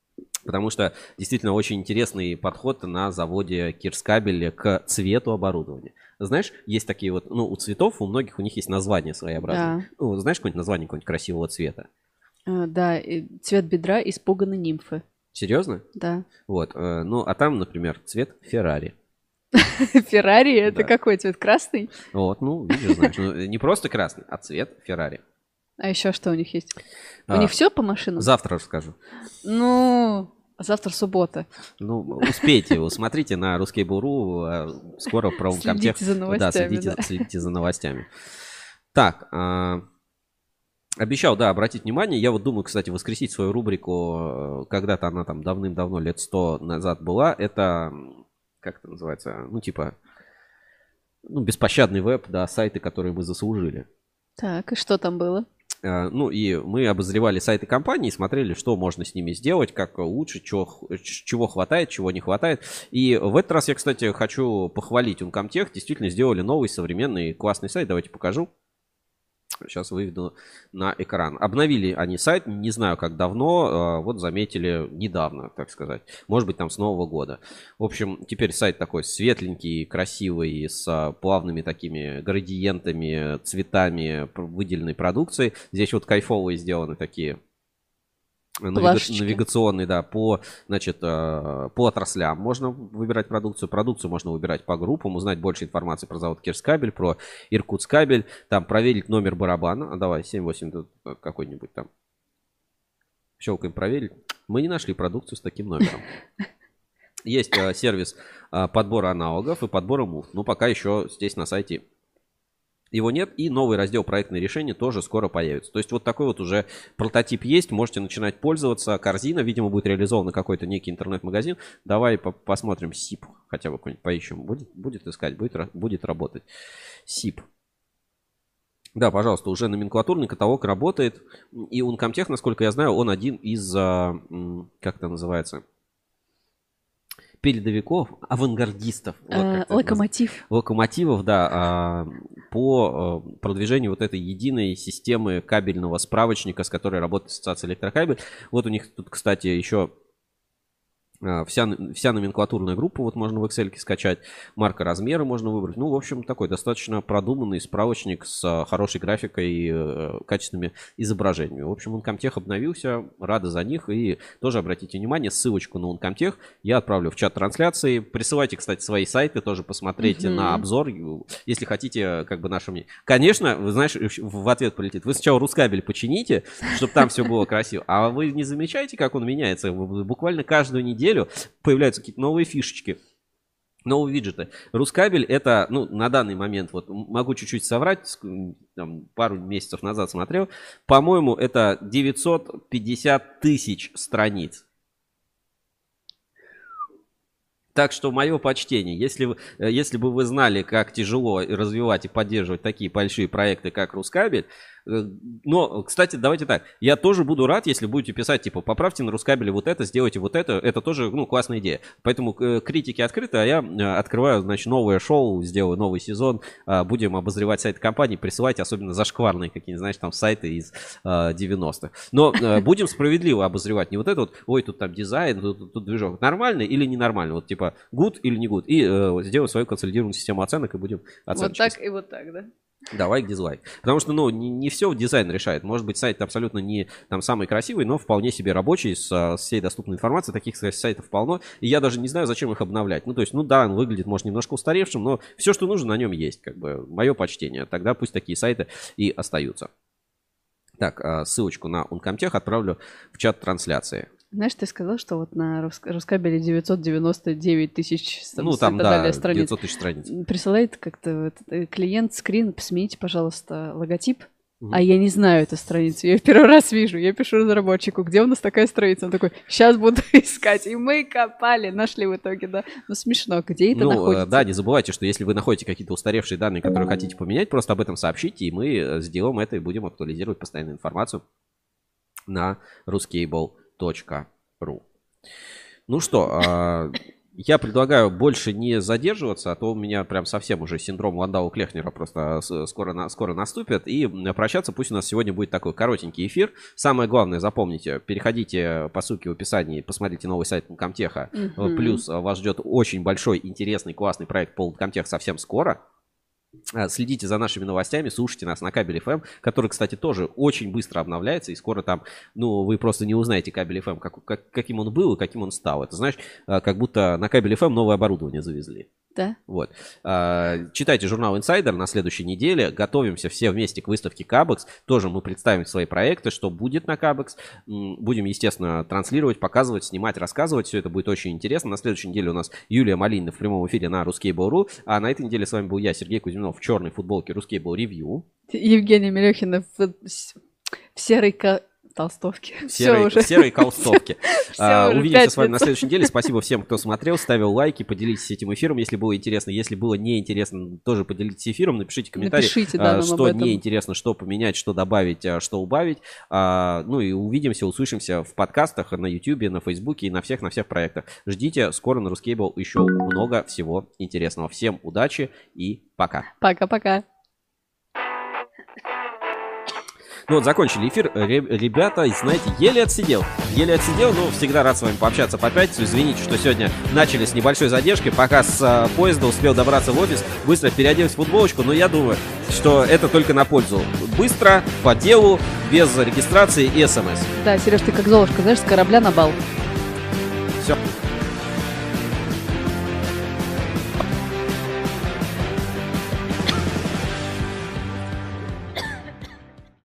Speaker 1: Потому что действительно очень интересный подход на заводе Кирскабель к цвету оборудования. Знаешь, есть такие вот, ну, у цветов, у многих у них есть названия своеобразные.
Speaker 2: Да.
Speaker 1: Ну, знаешь какое-нибудь название какого-нибудь красивого цвета?
Speaker 2: Да, и цвет бедра испуганной нимфы.
Speaker 1: Серьезно?
Speaker 2: Да.
Speaker 1: Вот. Ну, а там, например, цвет Феррари.
Speaker 2: Феррари — это
Speaker 1: Да.
Speaker 2: какой цвет? Красный?
Speaker 1: Вот, ну, видишь, знаешь, ну, не просто красный, а цвет Феррари.
Speaker 2: А еще что у них есть? У
Speaker 1: А,
Speaker 2: них все по машинам?
Speaker 1: Завтра расскажу.
Speaker 2: Ну, завтра суббота.
Speaker 1: Ну, успейте, вы смотрите на Ruskable.ru, скоро про Uncomtech.
Speaker 2: Следите за новостями,
Speaker 1: Да,
Speaker 2: да.
Speaker 1: следите за новостями. Так, обещал, да, обратить внимание. Я вот думаю, кстати, воскресить свою рубрику, когда-то она там давным-давно, лет 100 назад была. Это, как это называется, ну, типа, ну, беспощадный веб, да, сайты, которые мы заслужили.
Speaker 2: Так, и что там было?
Speaker 1: Ну, и мы обозревали сайты компании, смотрели, что можно с ними сделать, как лучше, чего хватает, чего не хватает. И в этот раз я, кстати, хочу похвалить Uncomtech. Действительно сделали новый, современный, классный сайт. Давайте покажу. Сейчас выведу на экран. Обновили они сайт, не знаю, как давно, вот заметили недавно, так сказать. Может быть, там с Нового года. В общем, теперь сайт такой светленький, красивый, с плавными такими градиентами, цветами выделенной продукции. Здесь вот кайфовые сделаны такие навигационный, да, значит, по отраслям можно выбирать продукцию. Продукцию можно выбирать по группам, узнать больше информации про завод Кирскабель, про Иркутскабель, там проверить номер барабана. А давай, 7-8 какой-нибудь там. Щелкаем проверить. Мы не нашли продукцию с таким номером. Есть сервис подбора аналогов и подбора муфт. Но пока еще здесь на сайте его нет, и новый раздел проектные решения тоже скоро появится. То есть вот такой вот уже прототип есть, можете начинать пользоваться. Корзина, видимо, будет реализована какой-то некий интернет-магазин. Давай посмотрим SIP, хотя бы какой-нибудь поищем. Будет искать, будет работать. SIP. Да, пожалуйста, уже номенклатурный каталог работает. И Uncomtech, насколько я знаю, он один из, как это называется, передовиков, авангардистов. Вот
Speaker 2: Локомотив.
Speaker 1: Локомотивов, да, по продвижению вот этой единой системы кабельного справочника, с которой работает Ассоциация Электрокабель. Вот у них тут, кстати, еще вся номенклатурная группа, вот можно в Excel скачать, марка размера можно выбрать. Ну, в общем, такой достаточно продуманный справочник с хорошей графикой и качественными изображениями. В общем, Uncomtech обновился, рады за них. И тоже обратите внимание, ссылочку на Uncomtech я отправлю в чат трансляции. Присылайте, кстати, свои сайты, тоже посмотрите на обзор, если хотите, как бы наше мнение. Конечно, вы знаешь, в ответ полетит. Вы сначала Рускабель почините, чтобы там все было красиво. А вы не замечаете, как он меняется? Буквально каждую неделю появляются какие-то новые фишечки, новые виджеты. Рускабель это, ну, на данный момент, вот могу чуть-чуть соврать, там, пару месяцев назад смотрел, по-моему, это 950 тысяч страниц. Так что мое почтение, если бы вы знали, как тяжело развивать и поддерживать такие большие проекты, как Рускабель. Но, кстати, давайте так, я тоже буду рад, если будете писать, типа, поправьте на Рускабеле вот это, сделайте вот это тоже, ну, классная идея. Поэтому критики открыты, а я открываю, значит, новое шоу, сделаю новый сезон, будем обозревать сайты компании, присылайте, особенно зашкварные какие-нибудь, знаешь, там сайты из 90-х. Но будем справедливо обозревать, не вот это вот, ой, тут там дизайн, тут движок, нормальный или ненормальный, вот типа good или не good, и сделаем свою консолидированную систему оценок и будем оценивать.
Speaker 2: Вот так и вот так, да?
Speaker 1: Да, лайк, дизлайк. Потому что, ну, не все дизайн решает. Может быть, сайт абсолютно не там самый красивый, но вполне себе рабочий, с всей доступной информацией. Таких, кстати, сайтов полно. И я даже не знаю, зачем их обновлять. Ну, то есть, ну да, он выглядит, может, немножко устаревшим, но все, что нужно, на нем есть. Как бы, мое почтение. Тогда пусть такие сайты и остаются. Так, ссылочку на Uncomtech отправлю в чат трансляции.
Speaker 2: Знаешь, ты сказал, что вот на Рускабеле 999 тысяч
Speaker 1: ну, там, да,
Speaker 2: страниц.
Speaker 1: 900 тысяч страниц.
Speaker 2: Присылает как-то клиент скрин, смените, пожалуйста, логотип. А я не знаю эту страницу, я в первый раз вижу. Я пишу разработчику, где у нас такая страница? Он такой, сейчас буду искать. И мы копали, нашли в итоге, да. Ну, смешно, где это находится?
Speaker 1: Да, не забывайте, что если вы находите какие-то устаревшие данные, которые хотите поменять, просто об этом сообщите, и мы сделаем это и будем актуализировать постоянную информацию на ruskable.ru. Ну что, Я предлагаю больше не задерживаться, а то у меня прям совсем уже синдром Ландау-Клехнера просто скоро наступит. И прощаться, пусть у нас сегодня будет такой коротенький эфир. Самое главное, запомните, переходите по ссылке в описании, посмотрите новый сайт Uncomtech. Плюс вас ждет очень большой, интересный, классный проект по Uncomtech совсем скоро. Следите за нашими новостями, слушайте нас на Кабель FM, который, кстати, тоже очень быстро обновляется, и скоро там, вы просто не узнаете Кабель FM, каким он был и каким он стал. Это, знаешь, как будто на Кабель FM новое оборудование завезли.
Speaker 2: Да.
Speaker 1: Вот. Читайте журнал Insider на следующей неделе. Готовимся все вместе к выставке Кабекс. Тоже мы представим свои проекты, что будет на Кабекс. Будем, естественно, транслировать, показывать, снимать, рассказывать. Все это будет очень интересно. На следующей неделе у нас Юлия Малинина в прямом эфире на Ruskable.ru. А на этой неделе с вами был я, Сергей Кузьминов, в черной футболке Ruskable Review.
Speaker 2: Евгения Мелехина в серой толстовке.
Speaker 1: В серой толстовке. Увидимся с вами на следующей неделе. Спасибо всем, кто смотрел, ставил лайки, поделитесь этим эфиром, если было интересно. Если было неинтересно, тоже поделитесь эфиром. Напишите комментарий, что неинтересно, что поменять, что добавить, что убавить. И увидимся, услышимся в подкастах на YouTube, на Фейсбуке и на всех проектах. Ждите, скоро на Ruskable еще много всего интересного. Всем удачи и пока.
Speaker 2: Пока-пока.
Speaker 1: Закончили эфир. Ребята, знаете, еле отсидел, но всегда рад с вами пообщаться по пятницу. Извините, что сегодня начали с небольшой задержкой. Пока с поезда успел добраться в офис, быстро переоделся в футболочку, но я думаю, что это только на пользу. Быстро, по делу, без регистрации и СМС.
Speaker 2: Да, Сереж, ты как Золушка, знаешь, с корабля на бал.
Speaker 1: Все.